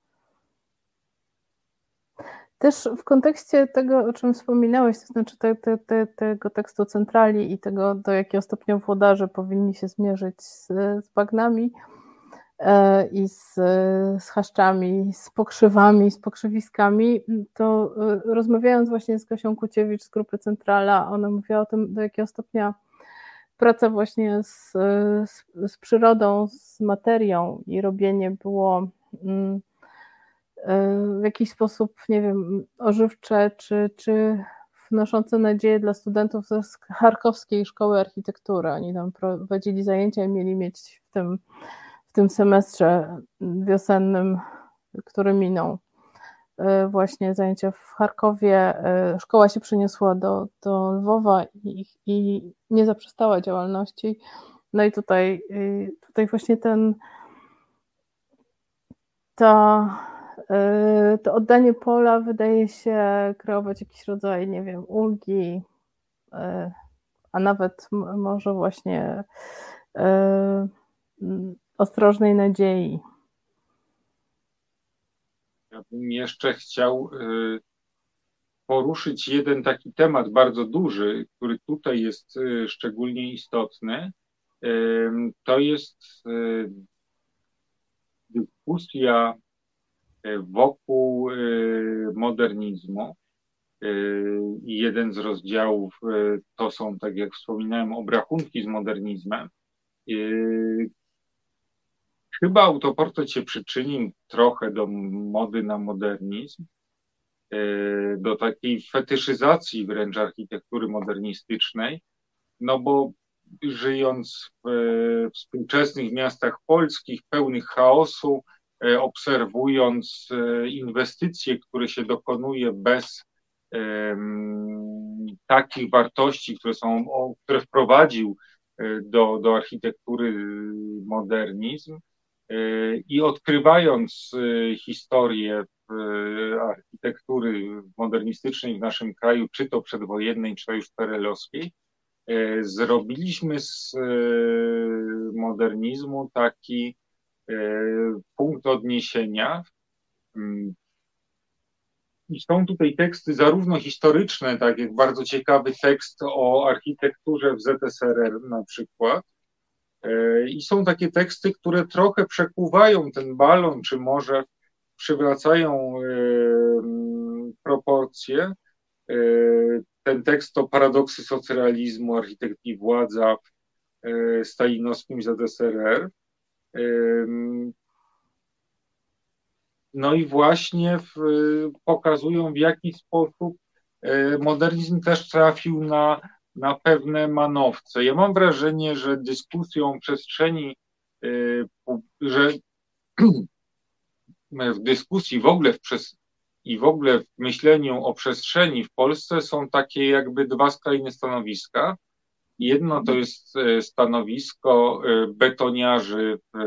S2: Też w kontekście tego, o czym wspominałeś, to znaczy te, te, te, tego tekstu centrali i tego, do jakiego stopnia włodarze powinni się zmierzyć z, z bagnami e, i z, z chaszczami, z pokrzywami, z pokrzywiskami, to e, rozmawiając właśnie z Kasią Kuciewicz z grupy Centrala, ona mówiła o tym, do jakiego stopnia praca właśnie z, z, z przyrodą, z materią i robienie było mm, w jakiś sposób, nie wiem, ożywcze, czy, czy wnoszące nadzieję dla studentów ze Charkowskiej Szkoły Architektury. Oni tam prowadzili zajęcia i mieli mieć w tym, w tym semestrze wiosennym, który minął, właśnie zajęcia w Charkowie. Szkoła się przeniosła do, do Lwowa i, i nie zaprzestała działalności. No i tutaj, tutaj właśnie ten ta to oddanie pola wydaje się kreować jakiś rodzaj, nie wiem, ulgi, a nawet może właśnie ostrożnej nadziei.
S1: Ja bym jeszcze chciał poruszyć jeden taki temat bardzo duży, który tutaj jest szczególnie istotny. To jest dyskusja wokół modernizmu i jeden z rozdziałów to są, tak jak wspominałem, obrachunki z modernizmem. Chyba autoportret się przyczynił trochę do mody na modernizm, do takiej fetyszyzacji wręcz architektury modernistycznej, no bo żyjąc w współczesnych miastach polskich, pełnych chaosu, obserwując inwestycje, które się dokonuje bez um, takich wartości, które są, które wprowadził do, do architektury modernizm i odkrywając historię architektury modernistycznej w naszym kraju, czy to przedwojennej, czy to już perelowskiej, zrobiliśmy z modernizmu taki punkt odniesienia. I są tutaj teksty zarówno historyczne, tak jak bardzo ciekawy tekst o architekturze w Z S R R na przykład, i są takie teksty, które trochę przekuwają ten balon, czy może przywracają proporcje. Ten tekst to Paradoksy socrealizmu, architekt i władza w stalinowskim Z S R R. No i właśnie w, pokazują, w jaki sposób modernizm też trafił na, na pewne manowce. Ja mam wrażenie, że dyskusją przestrzeni, że w dyskusji w ogóle w przes- i w ogóle w myśleniu o przestrzeni w Polsce są takie jakby dwa skrajne stanowiska. Jedno to jest stanowisko betoniarzy w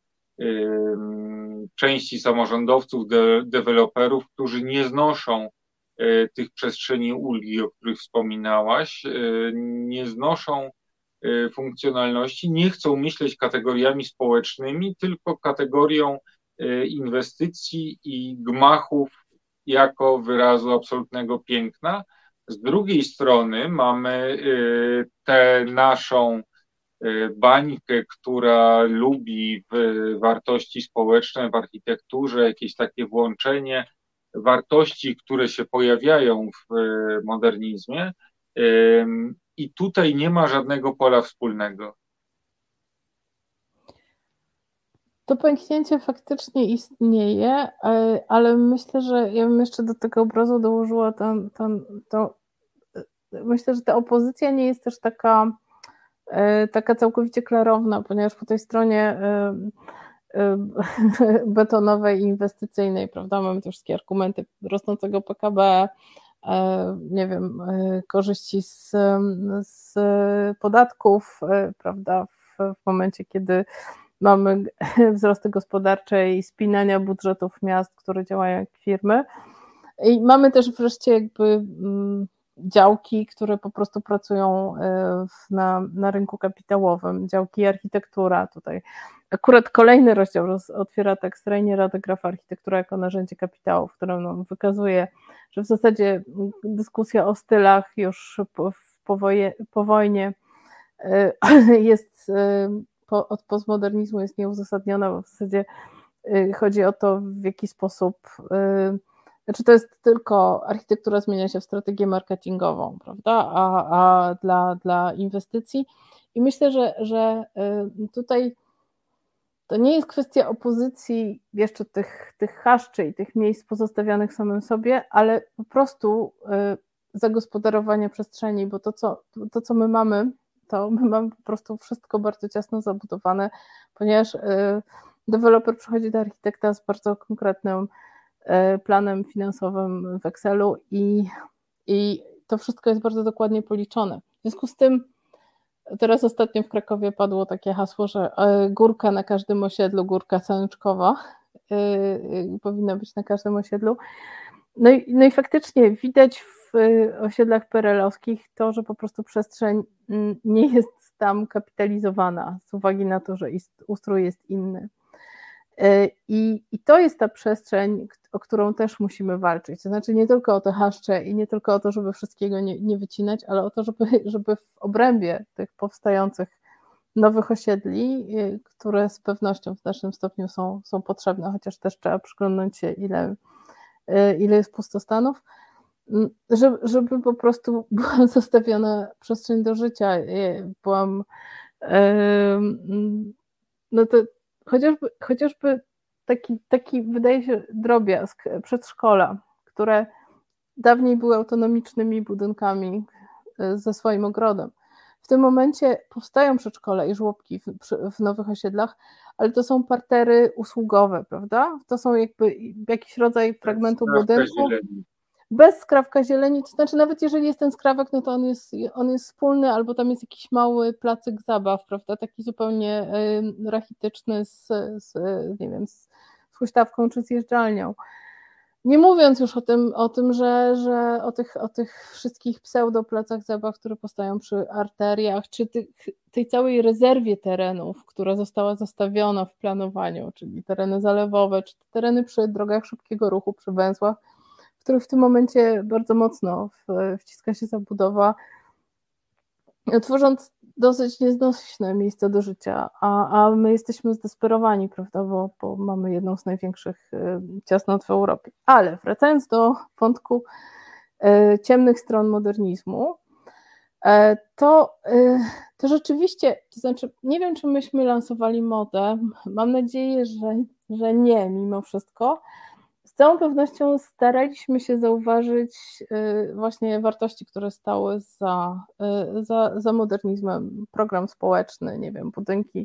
S1: części samorządowców, de, deweloperów, którzy nie znoszą tych przestrzeni ulgi, o których wspominałaś, nie znoszą funkcjonalności, nie chcą myśleć kategoriami społecznymi, tylko kategorią inwestycji i gmachów jako wyrazu absolutnego piękna. Z drugiej strony mamy tę naszą bańkę, która lubi wartości społeczne w architekturze, jakieś takie włączenie wartości, które się pojawiają w modernizmie, i tutaj nie ma żadnego pola wspólnego.
S2: To pęknięcie faktycznie istnieje, ale myślę, że ja bym jeszcze do tego obrazu dołożyła ten, ten, to, myślę, że ta opozycja nie jest też taka, taka całkowicie klarowna, ponieważ po tej stronie betonowej i inwestycyjnej, prawda, mamy te wszystkie argumenty rosnącego P K B, nie wiem, korzyści z, z podatków, prawda, w, w momencie, kiedy mamy wzrosty gospodarcze i spinania budżetów miast, które działają jak firmy. I mamy też wreszcie jakby działki, które po prostu pracują na, na rynku kapitałowym, działki architektura tutaj. Akurat kolejny rozdział roz, otwiera tekst Reinera de Graafa Architektura jako narzędzie kapitału, w którym no, wykazuje, że w zasadzie dyskusja o stylach już po, po, woje, po wojnie jest po, od postmodernizmu jest nieuzasadniona, bo w zasadzie chodzi o to, w jaki sposób, znaczy to jest tylko architektura zmienia się w strategię marketingową, prawda, a, a dla, dla inwestycji i myślę, że, że tutaj to nie jest kwestia opozycji jeszcze tych, tych chaszczy i tych miejsc pozostawionych samym sobie, ale po prostu zagospodarowanie przestrzeni, bo to, co, to, co my mamy, to my mamy po prostu wszystko bardzo ciasno zabudowane, ponieważ deweloper przychodzi do architekta z bardzo konkretnym planem finansowym w Excelu i, i to wszystko jest bardzo dokładnie policzone. W związku z tym teraz ostatnio w Krakowie padło takie hasło, że górka na każdym osiedlu, górka saneczkowa powinna być na każdym osiedlu. No i, no i faktycznie widać w osiedlach perelowskich to, że po prostu przestrzeń nie jest tam kapitalizowana z uwagi na to, że ist, ustrój jest inny. I, I to jest ta przestrzeń, o którą też musimy walczyć. To znaczy nie tylko o te haszcze i nie tylko o to, żeby wszystkiego nie, nie wycinać, ale o to, żeby, żeby w obrębie tych powstających nowych osiedli, które z pewnością w znacznym stopniu są, są potrzebne, chociaż też trzeba przyglądnąć się, ile, ile jest pustostanów, żeby, żeby po prostu była zostawiona przestrzeń do życia. Byłam no to chociażby, chociażby taki, taki, wydaje się, drobiazg przedszkola, które dawniej były autonomicznymi budynkami ze swoim ogrodem. W tym momencie powstają przedszkola i żłobki w, w nowych osiedlach, ale to są partery usługowe, prawda? To są jakby jakiś rodzaj fragmentu budynku. Bez skrawka zieleni, to znaczy nawet jeżeli jest ten skrawek, no to on jest, on jest wspólny, albo tam jest jakiś mały placyk zabaw, prawda, taki zupełnie y, rachityczny z, z, nie wiem, z, z huśtawką czy zjeżdżalnią. Nie mówiąc już o tym, o tym, że, że o, tych, o tych wszystkich pseudoplacach zabaw, które powstają przy arteriach, czy tych, tej całej rezerwie terenów, która została zostawiona w planowaniu, czyli tereny zalewowe, czy tereny przy drogach szybkiego ruchu, przy węzłach, w których w tym momencie bardzo mocno wciska się zabudowa, tworząc dosyć nieznośne miejsca do życia, a, a my jesteśmy zdesperowani, prawda, bo, bo mamy jedną z największych ciasnot w Europie. Ale wracając do wątku ciemnych stron modernizmu, to, to rzeczywiście, to znaczy nie wiem, czy myśmy lansowali modę, mam nadzieję, że, że nie mimo wszystko. Z całą pewnością staraliśmy się zauważyć właśnie wartości, które stały za, za, za modernizmem, program społeczny, nie wiem, budynki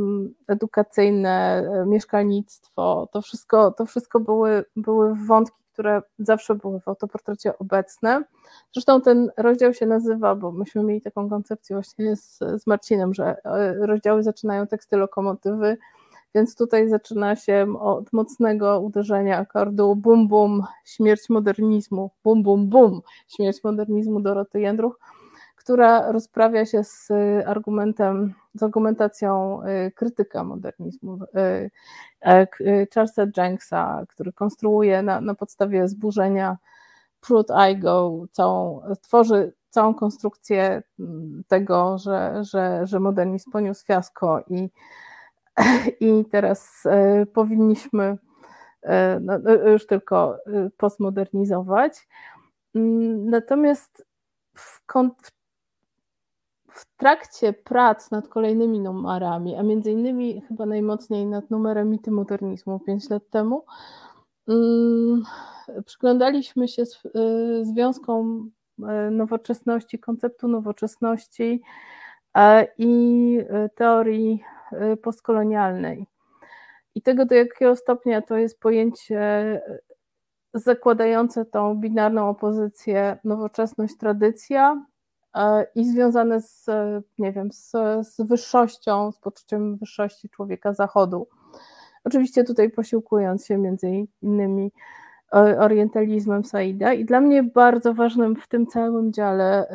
S2: edukacyjne, mieszkalnictwo, to wszystko, to wszystko były, były wątki, które zawsze były w autoportrecie obecne. Zresztą ten rozdział się nazywa, bo myśmy mieli taką koncepcję właśnie z, z Marcinem, że rozdziały zaczynają teksty lokomotywy, więc tutaj zaczyna się od mocnego uderzenia akordu bum bum, śmierć modernizmu, bum bum bum, śmierć modernizmu Doroty Jędruch, która rozprawia się z argumentem, z argumentacją krytyka modernizmu Charlesa Jenksa, który konstruuje na, na podstawie zburzenia Prout-Igoe, całą, tworzy całą konstrukcję tego, że, że, że modernizm poniósł fiasko i, i teraz powinniśmy no, już tylko postmodernizować. Natomiast w, w W trakcie prac nad kolejnymi numerami, a między innymi chyba najmocniej nad numerem Mity modernizmu pięć lat temu, um, przyglądaliśmy się z, y, związkom nowoczesności, konceptu nowoczesności y, i teorii y, postkolonialnej. I tego, do jakiego stopnia to jest pojęcie zakładające tą binarną opozycję nowoczesność-tradycja, i związane z, nie wiem, z, z wyższością, z poczuciem wyższości człowieka zachodu. Oczywiście tutaj posiłkując się między innymi orientalizmem Saida. I dla mnie bardzo ważnym w tym całym dziale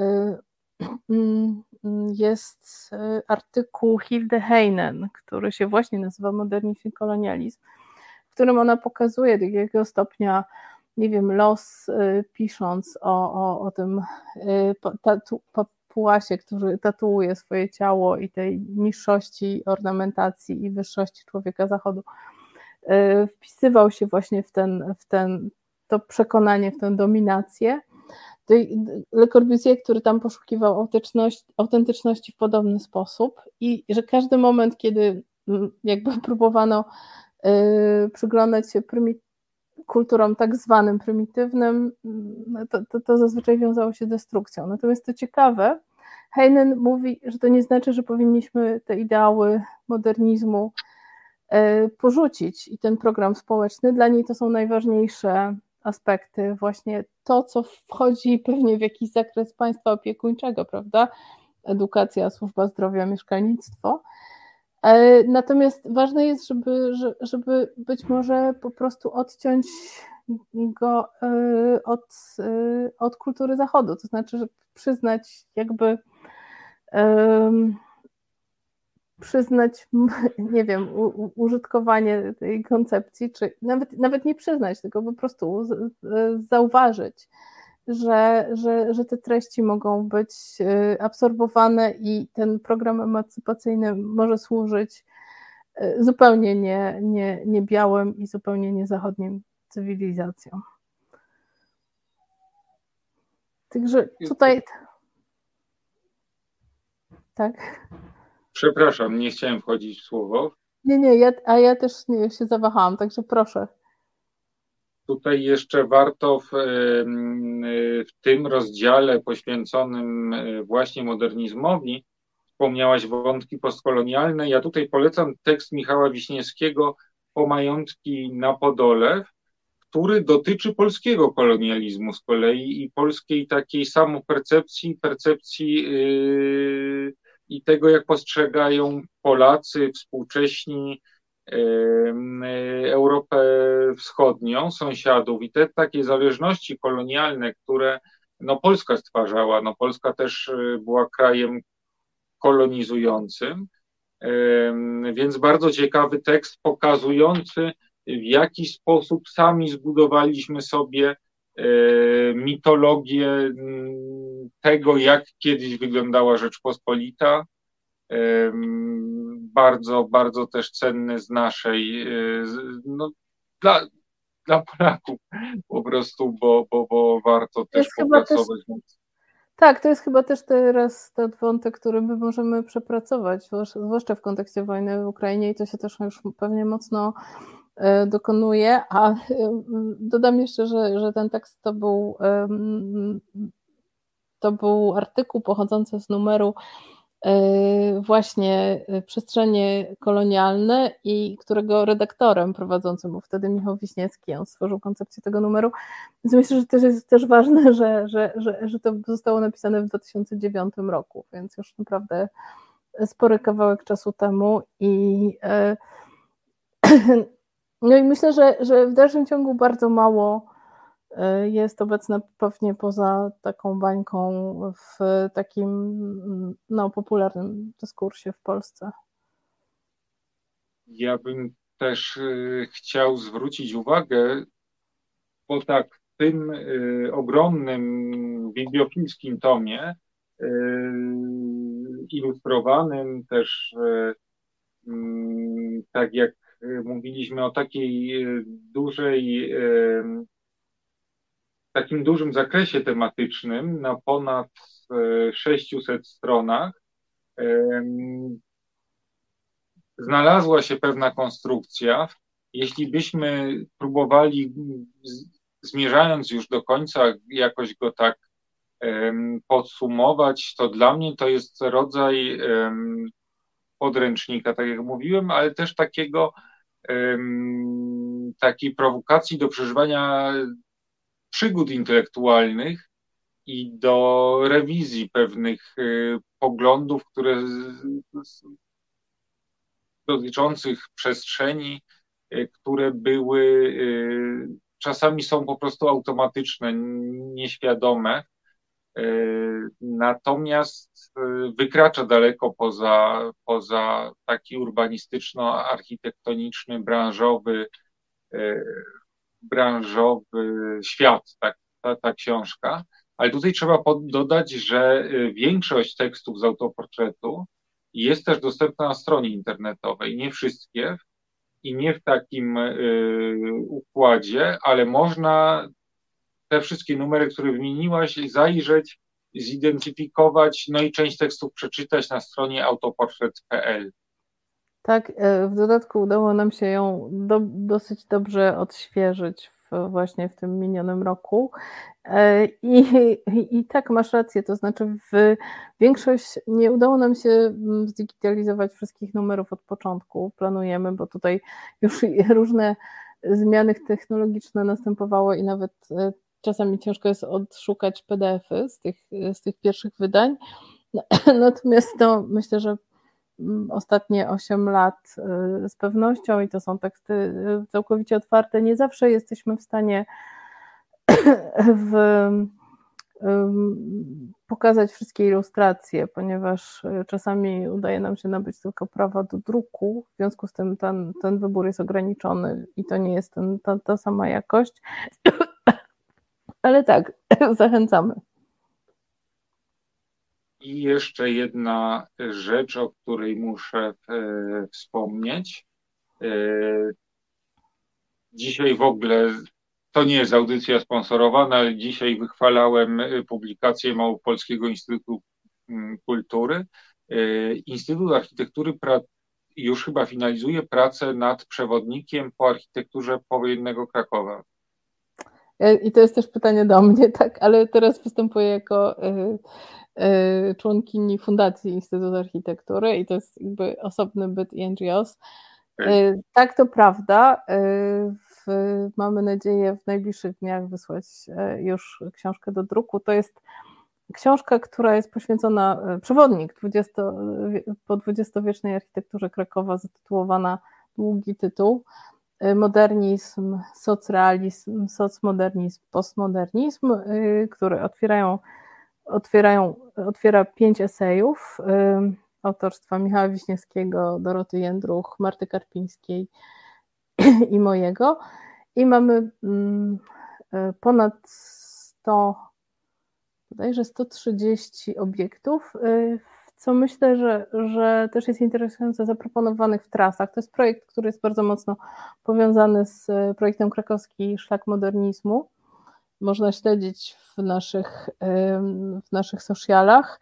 S2: jest artykuł Hilde Heinen, który się właśnie nazywa Modernizm i kolonializm, w którym ona pokazuje, do jakiego stopnia, nie wiem, los, y, pisząc o, o, o tym y, tatu, papuasie, który tatuuje swoje ciało i tej niższości ornamentacji i wyższości człowieka zachodu, y, wpisywał się właśnie w, ten, w ten, to przekonanie, w tę dominację. Le Corbusier, który tam poszukiwał autentyczności, autentyczności w podobny sposób i że każdy moment, kiedy jakby próbowano y, przyglądać się prymitywnym kulturom tak zwanym prymitywnym, to, to, to zazwyczaj wiązało się z destrukcją. Natomiast to ciekawe, Heinen mówi, że to nie znaczy, że powinniśmy te ideały modernizmu porzucić i ten program społeczny, dla niej to są najważniejsze aspekty, właśnie to, co wchodzi pewnie w jakiś zakres państwa opiekuńczego, prawda? Edukacja, służba zdrowia, mieszkalnictwo. Natomiast ważne jest, żeby, żeby być może po prostu odciąć go od, od kultury Zachodu, to znaczy, żeby przyznać jakby um, przyznać, nie wiem, u, użytkowanie tej koncepcji, czy nawet, nawet nie przyznać, tylko po prostu z, zauważyć, że, że, że te treści mogą być absorbowane i ten program emancypacyjny może służyć zupełnie nie, nie, nie białym i zupełnie nie zachodnim cywilizacjom. Także tutaj... Tak?
S1: Przepraszam, nie chciałem wchodzić w słowo.
S2: Nie, nie, ja, a ja też nie, się zawahałam, także proszę.
S1: Tutaj jeszcze warto w, w tym rozdziale poświęconym właśnie modernizmowi, wspomniałaś wątki postkolonialne. Ja tutaj polecam tekst Michała Wiśniewskiego O majątki na Podole, który dotyczy polskiego kolonializmu z kolei i polskiej takiej samopercepcji, percepcji yy, i tego, jak postrzegają Polacy współcześni Europę Wschodnią, sąsiadów i te takie zależności kolonialne, które no, Polska stwarzała. No, Polska też była krajem kolonizującym, więc bardzo ciekawy tekst pokazujący, w jaki sposób sami zbudowaliśmy sobie mitologię tego, jak kiedyś wyglądała Rzeczpospolita. Bardzo, bardzo też cenny z naszej, no, dla, dla Polaków po prostu, bo, bo, bo warto też popracować. Też,
S2: tak, to jest chyba też teraz ten wątek, który my możemy przepracować, zwłaszcza w kontekście wojny w Ukrainie i to się też już pewnie mocno dokonuje, a dodam jeszcze, że, że ten tekst to był, to był artykuł pochodzący z numeru właśnie Przestrzenie kolonialne i którego redaktorem prowadzącym był wtedy Michał Wiśniewski, on stworzył koncepcję tego numeru, więc myślę, że też jest też ważne, że, że, że, że to zostało napisane w dwa tysiące dziewiątym roku, więc już naprawdę spory kawałek czasu temu i no i myślę, że, że w dalszym ciągu bardzo mało jest obecne pewnie poza taką bańką w takim no, popularnym dyskursie w Polsce.
S1: Ja bym też chciał zwrócić uwagę, bo tak w tym ogromnym bibliofilskim tomie, ilustrowanym też, tak jak mówiliśmy, o takiej dużej w takim dużym zakresie tematycznym na ponad sześciuset stronach znalazła się pewna konstrukcja. Jeśli byśmy próbowali, zmierzając już do końca, jakoś go tak podsumować, to dla mnie to jest rodzaj podręcznika, tak jak mówiłem, ale też takiego takiej prowokacji do przeżywania przygód intelektualnych i do rewizji pewnych poglądów, które dotyczących przestrzeni, które były czasami są po prostu automatyczne, nieświadome, natomiast wykracza daleko poza, poza taki urbanistyczno-architektoniczny, branżowy branżowy świat, tak, ta, ta książka, ale tutaj trzeba dodać, że większość tekstów z autoportretu jest też dostępna na stronie internetowej, nie wszystkie i nie w takim y, układzie, ale można te wszystkie numery, które wymieniłaś, zajrzeć, zidentyfikować, no i część tekstów przeczytać na stronie autoportret kropka p l.
S2: Tak, w dodatku udało nam się ją do, dosyć dobrze odświeżyć w, właśnie w tym minionym roku. I, i, I tak masz rację, to znaczy w większość nie udało nam się zdigitalizować wszystkich numerów od początku, planujemy, bo tutaj już różne zmiany technologiczne następowały i nawet czasami ciężko jest odszukać P D F-y z tych, z tych pierwszych wydań. Natomiast no, myślę, że ostatnie osiem lat z pewnością i to są teksty całkowicie otwarte, nie zawsze jesteśmy w stanie w, pokazać wszystkie ilustracje, ponieważ czasami udaje nam się nabyć tylko prawa do druku, w związku z tym ten, ten wybór jest ograniczony i to nie jest ten, ta, ta sama jakość, ale tak, zachęcamy.
S1: I jeszcze jedna rzecz, o której muszę e, wspomnieć. E, dzisiaj w ogóle, to nie jest audycja sponsorowana, ale dzisiaj wychwalałem publikację Małopolskiego Instytutu Kultury. E, Instytut Architektury pra, już chyba finalizuje pracę nad przewodnikiem po architekturze powojennego Krakowa.
S2: I to jest też pytanie do mnie, tak, ale teraz występuję jako członkini Fundacji Instytutu Architektury i to jest jakby osobny byt i N G Os. Tak, to prawda. W, mamy nadzieję w najbliższych dniach wysłać już książkę do druku. To jest książka, która jest poświęcona, przewodnik dwudziesto, po dwudziestowiecznej architekturze Krakowa, zatytułowana, długi tytuł, Modernizm, socrealizm, socmodernizm, postmodernizm, które otwierają, otwierają, otwiera pięć esejów autorstwa Michała Wiśniewskiego, Doroty Jędruch, Marty Karpińskiej i mojego. I mamy ponad sto, bodajże sto trzydzieści obiektów, co myślę, że, że też jest interesujące, zaproponowanych w trasach. To jest projekt, który jest bardzo mocno powiązany z projektem Krakowski Szlak Modernizmu. Można śledzić w naszych, w naszych socialach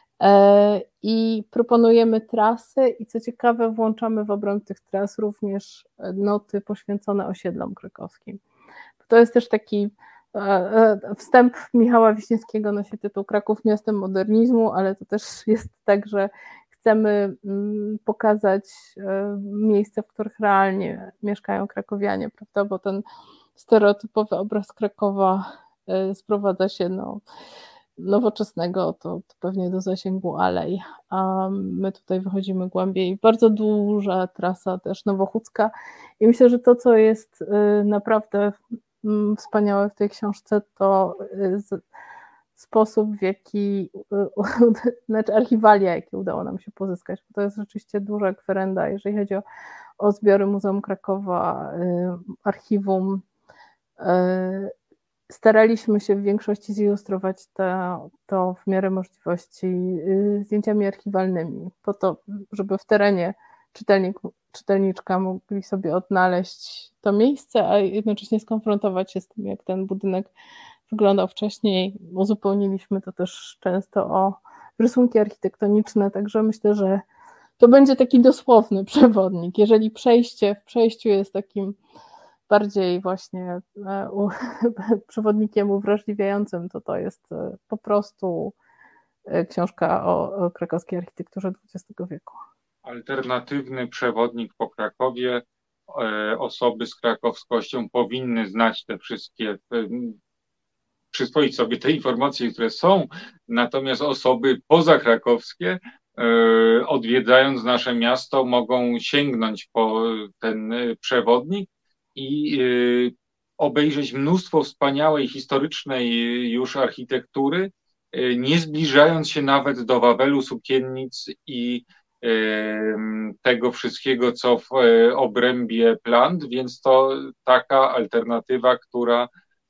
S2: i proponujemy trasy i co ciekawe włączamy w obręb tych tras również noty poświęcone osiedlom krakowskim. To jest też taki Wstęp Michała Wiśniewskiego nosi tytuł Kraków miastem modernizmu, ale to też jest tak, że chcemy pokazać miejsca, w których realnie mieszkają krakowianie, prawda? Bo ten stereotypowy obraz Krakowa sprowadza się no, nowoczesnego, to, to pewnie do zasięgu alej, a my tutaj wychodzimy głębiej. Bardzo duża trasa też nowochódzka i myślę, że to, co jest naprawdę wspaniałe w tej książce, to sposób, w jaki, znaczy archiwalia, jakie udało nam się pozyskać, bo to jest rzeczywiście duża kwerenda, jeżeli chodzi o, o zbiory Muzeum Krakowa, archiwum. Staraliśmy się w większości zilustrować to, to w miarę możliwości zdjęciami archiwalnymi, po to, żeby w terenie czytelnik, czytelniczka mogli sobie odnaleźć to miejsce, a jednocześnie skonfrontować się z tym, jak ten budynek wyglądał wcześniej. Uzupełniliśmy to też często o rysunki architektoniczne, także myślę, że to będzie taki dosłowny przewodnik. Jeżeli przejście w przejściu jest takim bardziej właśnie przewodnikiem uwrażliwiającym, to to jest po prostu książka o, o krakowskiej architekturze dwudziestego wieku.
S1: Alternatywny przewodnik po Krakowie. Osoby z krakowskością powinny znać te wszystkie, przyswoić sobie te informacje, które są, natomiast osoby pozakrakowskie, odwiedzając nasze miasto, mogą sięgnąć po ten przewodnik i obejrzeć mnóstwo wspaniałej, historycznej już architektury, nie zbliżając się nawet do Wawelu, sukiennic i tego wszystkiego, co w obrębie plant, więc to taka alternatywa, która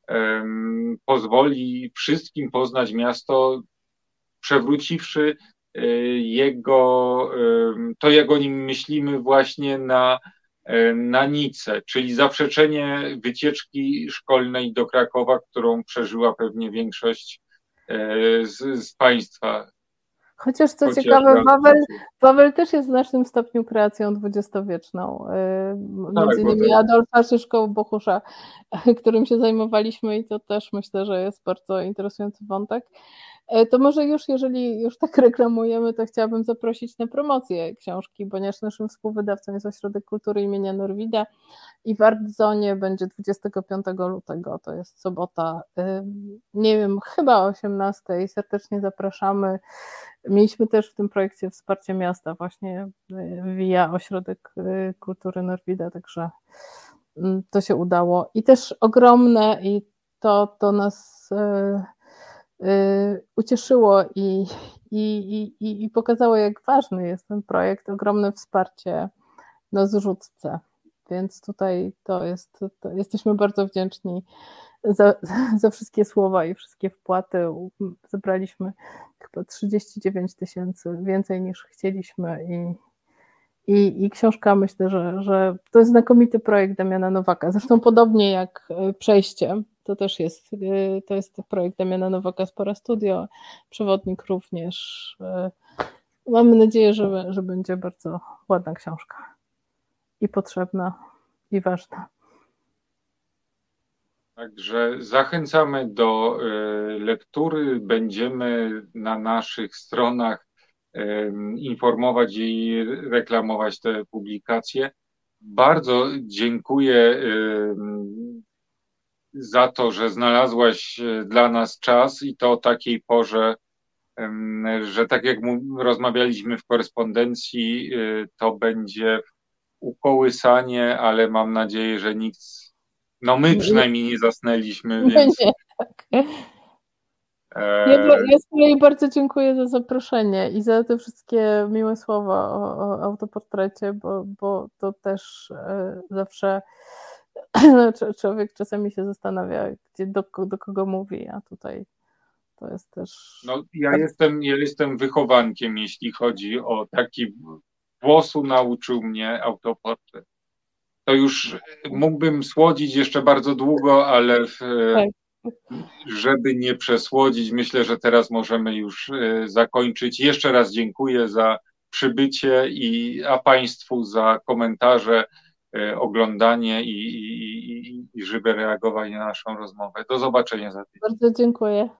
S1: pozwoli wszystkim poznać miasto, przewróciwszy jego, to jak o nim myślimy właśnie na, na Nicę, czyli zaprzeczenie wycieczki szkolnej do Krakowa, którą przeżyła pewnie większość z, z Państwa.
S2: Chociaż co Chociaż ciekawe, Wawel, Wawel też jest w znacznym stopniu kreacją dwudziestowieczną. Tak, między innymi tak. Adolfa Szyszko-Bohusza, którym się zajmowaliśmy i to też myślę, że jest bardzo interesujący wątek. To może już, jeżeli już tak reklamujemy, to chciałabym zaprosić na promocję książki, ponieważ naszym współwydawcą jest Ośrodek Kultury imienia Norwida i w Artzonie będzie dwudziestego piątego lutego, to jest sobota, nie wiem, chyba o osiemnastej, serdecznie zapraszamy. Mieliśmy też w tym projekcie wsparcie miasta właśnie via Ośrodek Kultury Norwida, także to się udało i też ogromne i to, to nas ucieszyło i, i, i, i pokazało, jak ważny jest ten projekt, ogromne wsparcie na zrzutce, więc tutaj to jest, to jesteśmy bardzo wdzięczni za, za wszystkie słowa i wszystkie wpłaty. Zebraliśmy chyba trzydzieści dziewięć tysięcy, więcej niż chcieliśmy i, i, i książka, myślę, że, że to jest znakomity projekt Damiana Nowaka, zresztą podobnie jak Przejście. To też jest, to jest projekt Damiana Nowaka z Para Studio, przewodnik również. Mamy nadzieję, że, że będzie bardzo ładna książka i potrzebna i ważna.
S1: Także zachęcamy do lektury, będziemy na naszych stronach informować i reklamować te publikacje. Bardzo dziękuję za to, że znalazłaś dla nas czas i to o takiej porze, że tak jak rozmawialiśmy w korespondencji, to będzie ukołysanie, ale mam nadzieję, że nikt, no my przynajmniej nie zasnęliśmy, więc...
S2: Nie, tak. Ja, ja z kolei bardzo dziękuję za zaproszenie i za te wszystkie miłe słowa o, o autoportrecie, bo, bo to też zawsze człowiek czasami się zastanawia, gdzie, do, do kogo mówi, a tutaj to jest też...
S1: No, ja, jestem, ja jestem wychowankiem, jeśli chodzi o taki... Włosu nauczył mnie autoportret. To już mógłbym słodzić jeszcze bardzo długo, ale w, tak. żeby nie przesłodzić, myślę, że teraz możemy już zakończyć. Jeszcze raz dziękuję za przybycie, i, a Państwu za komentarze, oglądanie i, i, i żeby reagowali na naszą rozmowę. Do zobaczenia za tydzień.
S2: Bardzo dziękuję.